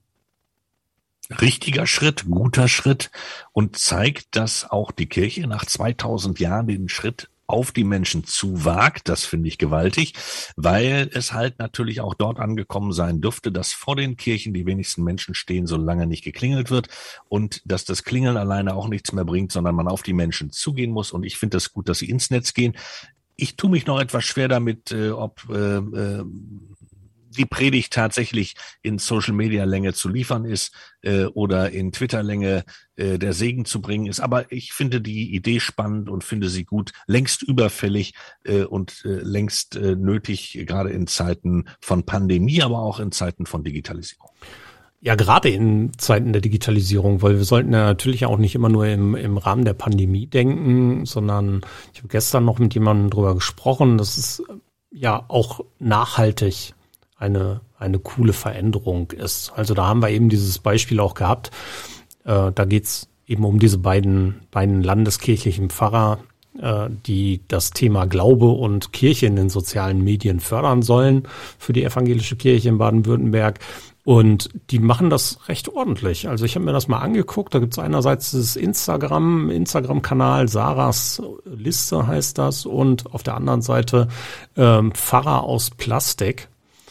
Richtiger Schritt, guter Schritt und zeigt, dass auch die Kirche nach zweitausend Jahren den Schritt auf die Menschen zu wagt. Das finde ich gewaltig, weil es halt natürlich auch dort angekommen sein dürfte, dass vor den Kirchen die wenigsten Menschen stehen, solange nicht geklingelt wird und dass das Klingeln alleine auch nichts mehr bringt, sondern man auf die Menschen zugehen muss. Und ich finde es gut, dass sie ins Netz gehen. Ich tue mich noch etwas schwer damit, äh, ob äh, äh, die Predigt tatsächlich in Social-Media-Länge zu liefern ist äh, oder in Twitter-Länge äh, der Segen zu bringen ist. Aber ich finde die Idee spannend und finde sie gut, längst überfällig äh, und äh, längst äh, nötig, gerade in Zeiten von Pandemie, aber auch in Zeiten von Digitalisierung. Ja, gerade in Zeiten der Digitalisierung, weil wir sollten ja natürlich auch nicht immer nur im, im Rahmen der Pandemie denken, sondern ich habe gestern noch mit jemandem drüber gesprochen, dass es ja auch nachhaltig eine eine coole Veränderung ist. Also da haben wir eben dieses Beispiel auch gehabt. Äh, da geht's eben um diese beiden beiden landeskirchlichen Pfarrer, äh, die das Thema Glaube und Kirche in den sozialen Medien fördern sollen für die evangelische Kirche in Baden-Württemberg. Und die machen das recht ordentlich. Also ich habe mir das mal angeguckt. Da gibt es einerseits das Instagram, Instagram-Kanal, Sarahs Liste heißt das. Und auf der anderen Seite ähm, Pfarrer aus Plastik.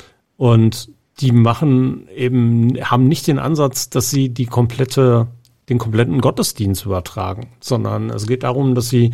Und die machen eben, haben nicht den Ansatz, dass sie die komplette, den kompletten Gottesdienst übertragen, sondern es geht darum, dass sie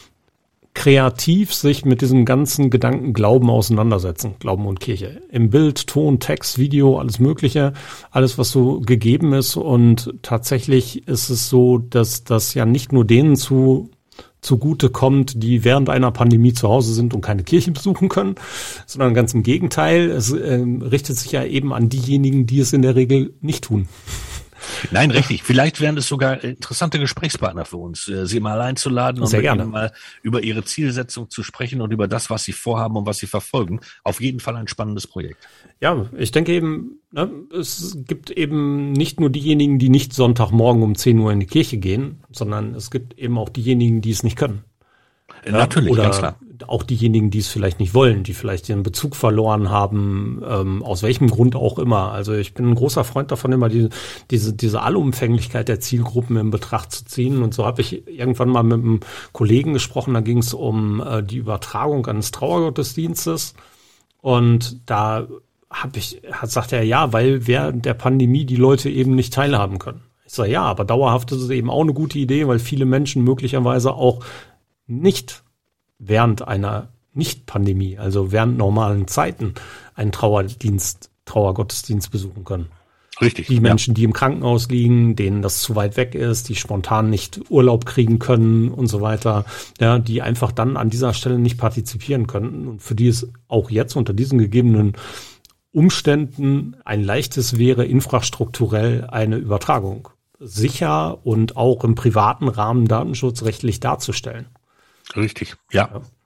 kreativ sich mit diesem ganzen Gedanken Glauben auseinandersetzen, Glauben und Kirche. Im Bild, Ton, Text, Video, alles Mögliche, alles, was so gegeben ist. Und tatsächlich ist es so, dass das ja nicht nur denen zu zugute kommt, die während einer Pandemie zu Hause sind und keine Kirche besuchen können, sondern ganz im Gegenteil. Es äh, richtet sich ja eben an diejenigen, die es in der Regel nicht tun. Nein, richtig. Vielleicht wären es sogar interessante Gesprächspartner für uns, Sie mal einzuladen und mit Ihnen mal über Ihre Zielsetzung zu sprechen und über das, was Sie vorhaben und was Sie verfolgen. Auf jeden Fall ein spannendes Projekt. Ja, ich denke eben, ne, es gibt eben nicht nur diejenigen, die nicht Sonntagmorgen um zehn Uhr in die Kirche gehen, sondern es gibt eben auch diejenigen, die es nicht können. Ja, natürlich, oder ganz klar. Auch diejenigen, die es vielleicht nicht wollen, die vielleicht ihren Bezug verloren haben, ähm, aus welchem Grund auch immer. Also ich bin ein großer Freund davon, immer die, diese diese Allumfänglichkeit der Zielgruppen in Betracht zu ziehen. Und so habe ich irgendwann mal mit einem Kollegen gesprochen, da ging es um äh, die Übertragung eines Trauergottesdienstes. Und da habe ich, hat, sagt er, ja, weil während der Pandemie die Leute eben nicht teilhaben können. Ich sage, ja, aber dauerhaft ist es eben auch eine gute Idee, weil viele Menschen möglicherweise auch nicht während einer Nicht-Pandemie, also während normalen Zeiten, einen Trauerdienst, Trauergottesdienst besuchen können. Richtig. Die Menschen, ja. die im Krankenhaus liegen, denen das zu weit weg ist, die spontan nicht Urlaub kriegen können und so weiter, ja, die einfach dann an dieser Stelle nicht partizipieren könnten und für die es auch jetzt unter diesen gegebenen Umständen ein leichtes wäre, infrastrukturell eine Übertragung sicher und auch im privaten Rahmen datenschutzrechtlich darzustellen. Richtig, ja. ja.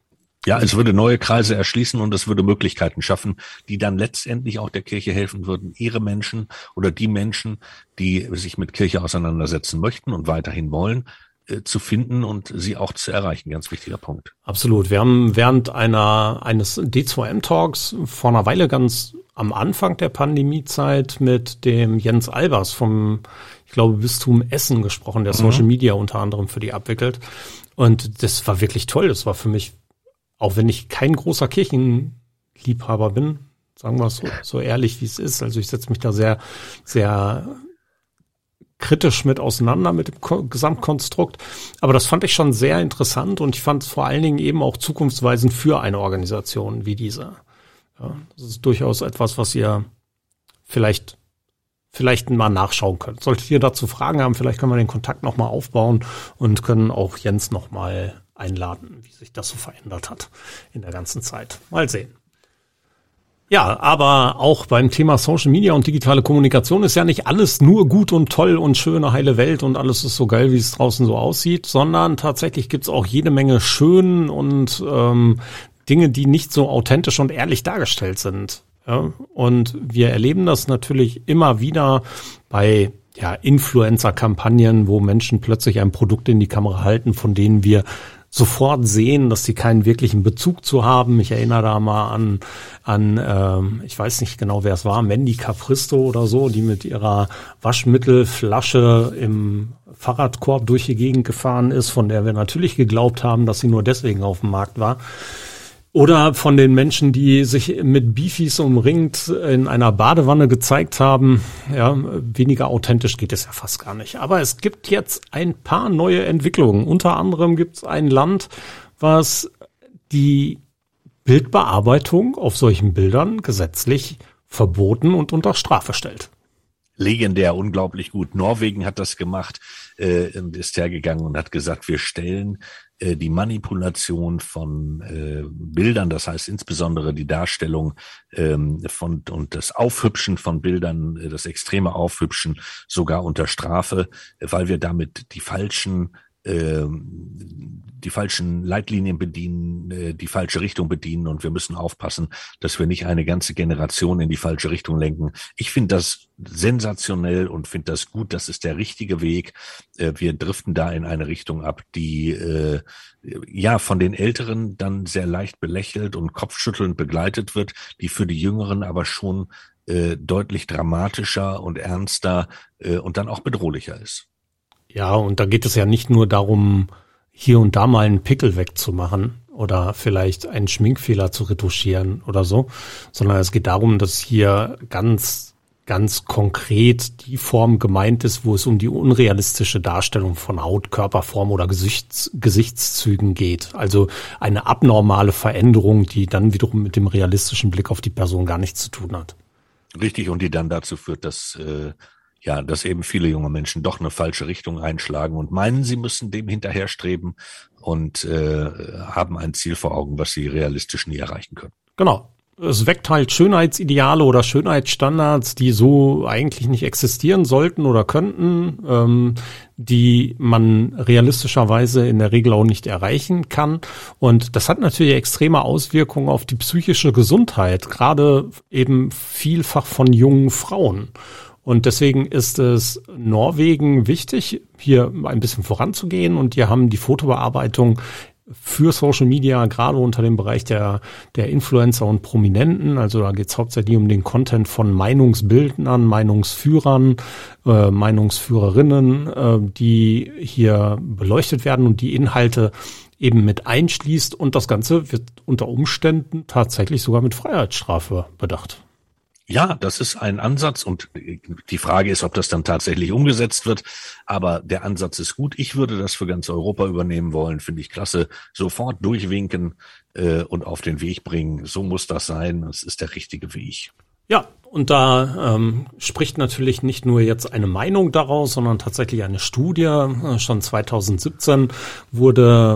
Ja, es würde neue Kreise erschließen und es würde Möglichkeiten schaffen, die dann letztendlich auch der Kirche helfen würden, ihre Menschen oder die Menschen, die sich mit Kirche auseinandersetzen möchten und weiterhin wollen, äh, zu finden und sie auch zu erreichen. Ganz wichtiger Punkt. Absolut. Wir haben während einer eines D zwei M-Talks vor einer Weile ganz am Anfang der Pandemiezeit mit dem Jens Albers vom, ich glaube, Bistum Essen gesprochen, der Social Media unter anderem für die abwickelt. Und das war wirklich toll. Das war für mich, auch wenn ich kein großer Kirchenliebhaber bin, sagen wir es so, so ehrlich, wie es ist. Also ich setze mich da sehr, sehr kritisch mit auseinander mit dem Ko- Gesamtkonstrukt. Aber das fand ich schon sehr interessant und ich fand es vor allen Dingen eben auch zukunftsweisend für eine Organisation wie diese. Ja, das ist durchaus etwas, was ihr vielleicht vielleicht mal nachschauen könnt. Solltet ihr dazu Fragen haben, vielleicht können wir den Kontakt nochmal aufbauen und können auch Jens nochmal einladen, wie sich das so verändert hat in der ganzen Zeit. Mal sehen. Ja, aber auch beim Thema Social Media und digitale Kommunikation ist ja nicht alles nur gut und toll und schöne, heile Welt und alles ist so geil, wie es draußen so aussieht, sondern tatsächlich gibt's auch jede Menge schön und ähm, Dinge, die nicht so authentisch und ehrlich dargestellt sind. Ja, und wir erleben das natürlich immer wieder bei ja, Influencer-Kampagnen, wo Menschen plötzlich ein Produkt in die Kamera halten, von denen wir sofort sehen, dass sie keinen wirklichen Bezug zu haben. Ich erinnere da mal an, an ähm, ich weiß nicht genau, wer es war, Mandy Capristo oder so, die mit ihrer Waschmittelflasche im Fahrradkorb durch die Gegend gefahren ist, von der wir natürlich geglaubt haben, dass sie nur deswegen auf dem Markt war. Oder von den Menschen, die sich mit Beefies umringt in einer Badewanne gezeigt haben. Ja, weniger authentisch geht es ja fast gar nicht. Aber es gibt jetzt ein paar neue Entwicklungen. Unter anderem gibt es ein Land, was die Bildbearbeitung auf solchen Bildern gesetzlich verboten und unter Strafe stellt. Legendär, unglaublich gut. Norwegen hat das gemacht äh, und ist hergegangen und hat gesagt, wir stellen äh, die Manipulation von äh, Bildern, das heißt insbesondere die Darstellung ähm, von und das Aufhübschen von Bildern, äh, das extreme Aufhübschen sogar unter Strafe, äh, weil wir damit die falschen die falschen Leitlinien bedienen, die falsche Richtung bedienen und wir müssen aufpassen, dass wir nicht eine ganze Generation in die falsche Richtung lenken. Ich finde das sensationell und finde das gut, das ist der richtige Weg. Wir driften da in eine Richtung ab, die ja von den Älteren dann sehr leicht belächelt und kopfschüttelnd begleitet wird, die für die Jüngeren aber schon deutlich dramatischer und ernster und dann auch bedrohlicher ist. Ja, und da geht es ja nicht nur darum, hier und da mal einen Pickel wegzumachen oder vielleicht einen Schminkfehler zu retuschieren oder so, sondern es geht darum, dass hier ganz, ganz konkret die Form gemeint ist, wo es um die unrealistische Darstellung von Haut, Körperform oder Gesichts, Gesichtszügen geht. Also eine abnormale Veränderung, die dann wiederum mit dem realistischen Blick auf die Person gar nichts zu tun hat. Richtig, und die dann dazu führt, dass äh ja, dass eben viele junge Menschen doch eine falsche Richtung einschlagen und meinen, sie müssen dem hinterherstreben und äh, haben ein Ziel vor Augen, was sie realistisch nie erreichen können. Genau. Es weckt halt Schönheitsideale oder Schönheitsstandards, die so eigentlich nicht existieren sollten oder könnten, ähm, die man realistischerweise in der Regel auch nicht erreichen kann. Und das hat natürlich extreme Auswirkungen auf die psychische Gesundheit, gerade eben vielfach von jungen Frauen. Und deswegen ist es Norwegen wichtig, hier ein bisschen voranzugehen. Und die haben die Fotobearbeitung für Social Media, gerade unter dem Bereich der der Influencer und Prominenten. Also da geht es hauptsächlich um den Content von Meinungsbildnern, Meinungsführern, äh, Meinungsführerinnen, äh, die hier beleuchtet werden und die Inhalte eben mit einschließt. Und das Ganze wird unter Umständen tatsächlich sogar mit Freiheitsstrafe bedacht. Ja, das ist ein Ansatz und die Frage ist, ob das dann tatsächlich umgesetzt wird. Aber der Ansatz ist gut. Ich würde das für ganz Europa übernehmen wollen, finde ich klasse. Sofort durchwinken äh, und auf den Weg bringen. So muss das sein. Das ist der richtige Weg. Ja, und da ähm, spricht natürlich nicht nur jetzt eine Meinung daraus, sondern tatsächlich eine Studie. Schon zwanzig siebzehn wurde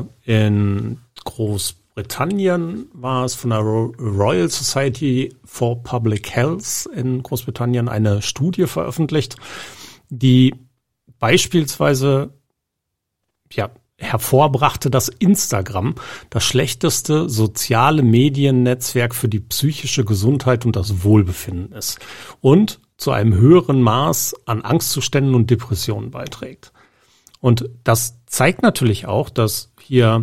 in Großbritannien Britannien war es von der Royal Society for Public Health in Großbritannien eine Studie veröffentlicht, die beispielsweise ja hervorbrachte, dass Instagram das schlechteste soziale Mediennetzwerk für die psychische Gesundheit und das Wohlbefinden ist und zu einem höheren Maß an Angstzuständen und Depressionen beiträgt. Und das zeigt natürlich auch, dass hier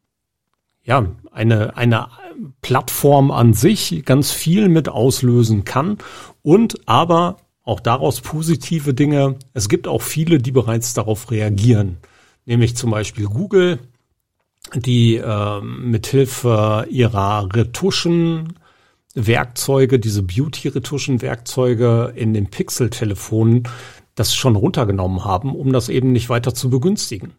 ja eine eine Plattform an sich ganz viel mit auslösen kann und aber auch daraus positive Dinge. Es gibt auch viele, die bereits darauf reagieren. Nämlich zum Beispiel Google, die äh, mithilfe ihrer Retuschen-Werkzeuge, diese Beauty-Retuschen-Werkzeuge in den Pixel-Telefonen, das schon runtergenommen haben, um das eben nicht weiter zu begünstigen.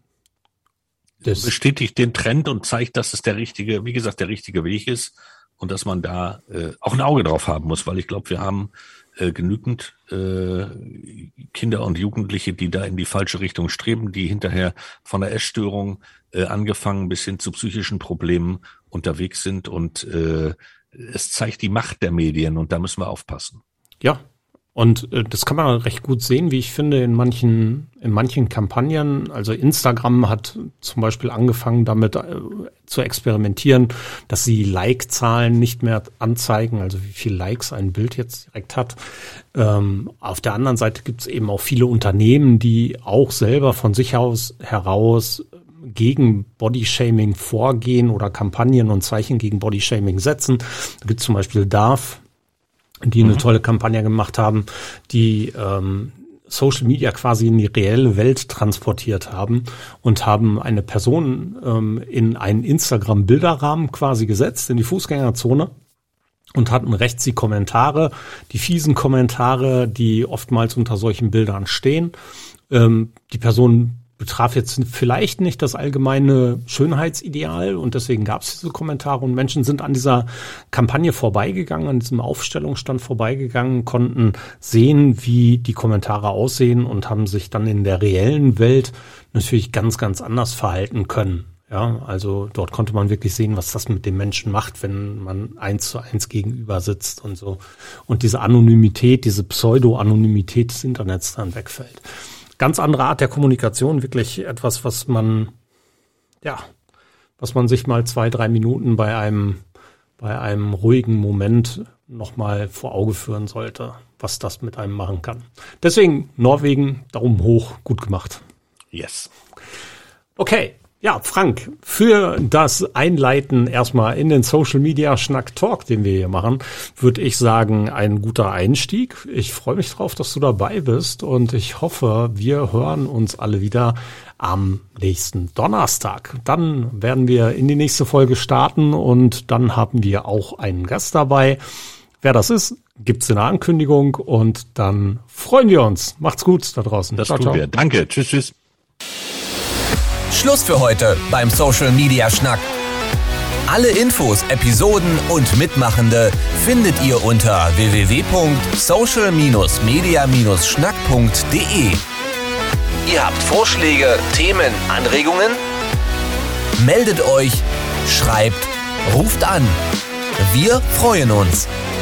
Das bestätigt den Trend und zeigt, dass es der richtige, wie gesagt, der richtige Weg ist und dass man da äh, auch ein Auge drauf haben muss, weil ich glaube, wir haben äh, genügend äh, Kinder und Jugendliche, die da in die falsche Richtung streben, die hinterher von der Essstörung äh, angefangen bis hin zu psychischen Problemen unterwegs sind und äh, es zeigt die Macht der Medien und da müssen wir aufpassen. Ja. Und äh, das kann man recht gut sehen, wie ich finde, in manchen in manchen Kampagnen. Also Instagram hat zum Beispiel angefangen, damit äh, zu experimentieren, dass sie Like-Zahlen nicht mehr anzeigen, also wie viel Likes ein Bild jetzt direkt hat. Ähm, auf der anderen Seite gibt es eben auch viele Unternehmen, die auch selber von sich aus heraus gegen Bodyshaming vorgehen oder Kampagnen und Zeichen gegen Bodyshaming setzen. Da gibt es zum Beispiel Dove, die eine mhm. tolle Kampagne gemacht haben, die ähm, Social Media quasi in die reelle Welt transportiert haben und haben eine Person ähm, in einen Instagram-Bilderrahmen quasi gesetzt, in die Fußgängerzone und hatten rechts die Kommentare, die fiesen Kommentare, die oftmals unter solchen Bildern stehen. Ähm, die Person betraf jetzt vielleicht nicht das allgemeine Schönheitsideal und deswegen gab es diese Kommentare und Menschen sind an dieser Kampagne vorbeigegangen, an diesem Aufstellungsstand vorbeigegangen, konnten sehen, wie die Kommentare aussehen und haben sich dann in der reellen Welt natürlich ganz, ganz anders verhalten können. Ja, also dort konnte man wirklich sehen, was das mit dem Menschen macht, wenn man eins zu eins gegenüber sitzt und so. Und diese Anonymität, diese Pseudo-Anonymität des Internets dann wegfällt. Ganz andere Art der Kommunikation, wirklich etwas, was man, ja, was man sich mal zwei, drei Minuten bei einem, bei einem ruhigen Moment nochmal vor Auge führen sollte, was das mit einem machen kann. Deswegen Norwegen, Daumen hoch, gut gemacht. Yes. Okay. Ja, Frank, für das Einleiten erstmal in den Social Media Schnack Talk, den wir hier machen, würde ich sagen, ein guter Einstieg. Ich freue mich drauf, dass du dabei bist und ich hoffe, wir hören uns alle wieder am nächsten Donnerstag. Dann werden wir in die nächste Folge starten und dann haben wir auch einen Gast dabei. Wer das ist, gibt's in der Ankündigung und dann freuen wir uns. Macht's gut da draußen. Das tun wir. Danke. Tschüss, tschüss. Schluss für heute beim Social Media Schnack. Alle Infos, Episoden und Mitmachende findet ihr unter w w w punkt social media schnack punkt d e. Ihr habt Vorschläge, Themen, Anregungen? Meldet euch, schreibt, ruft an. Wir freuen uns.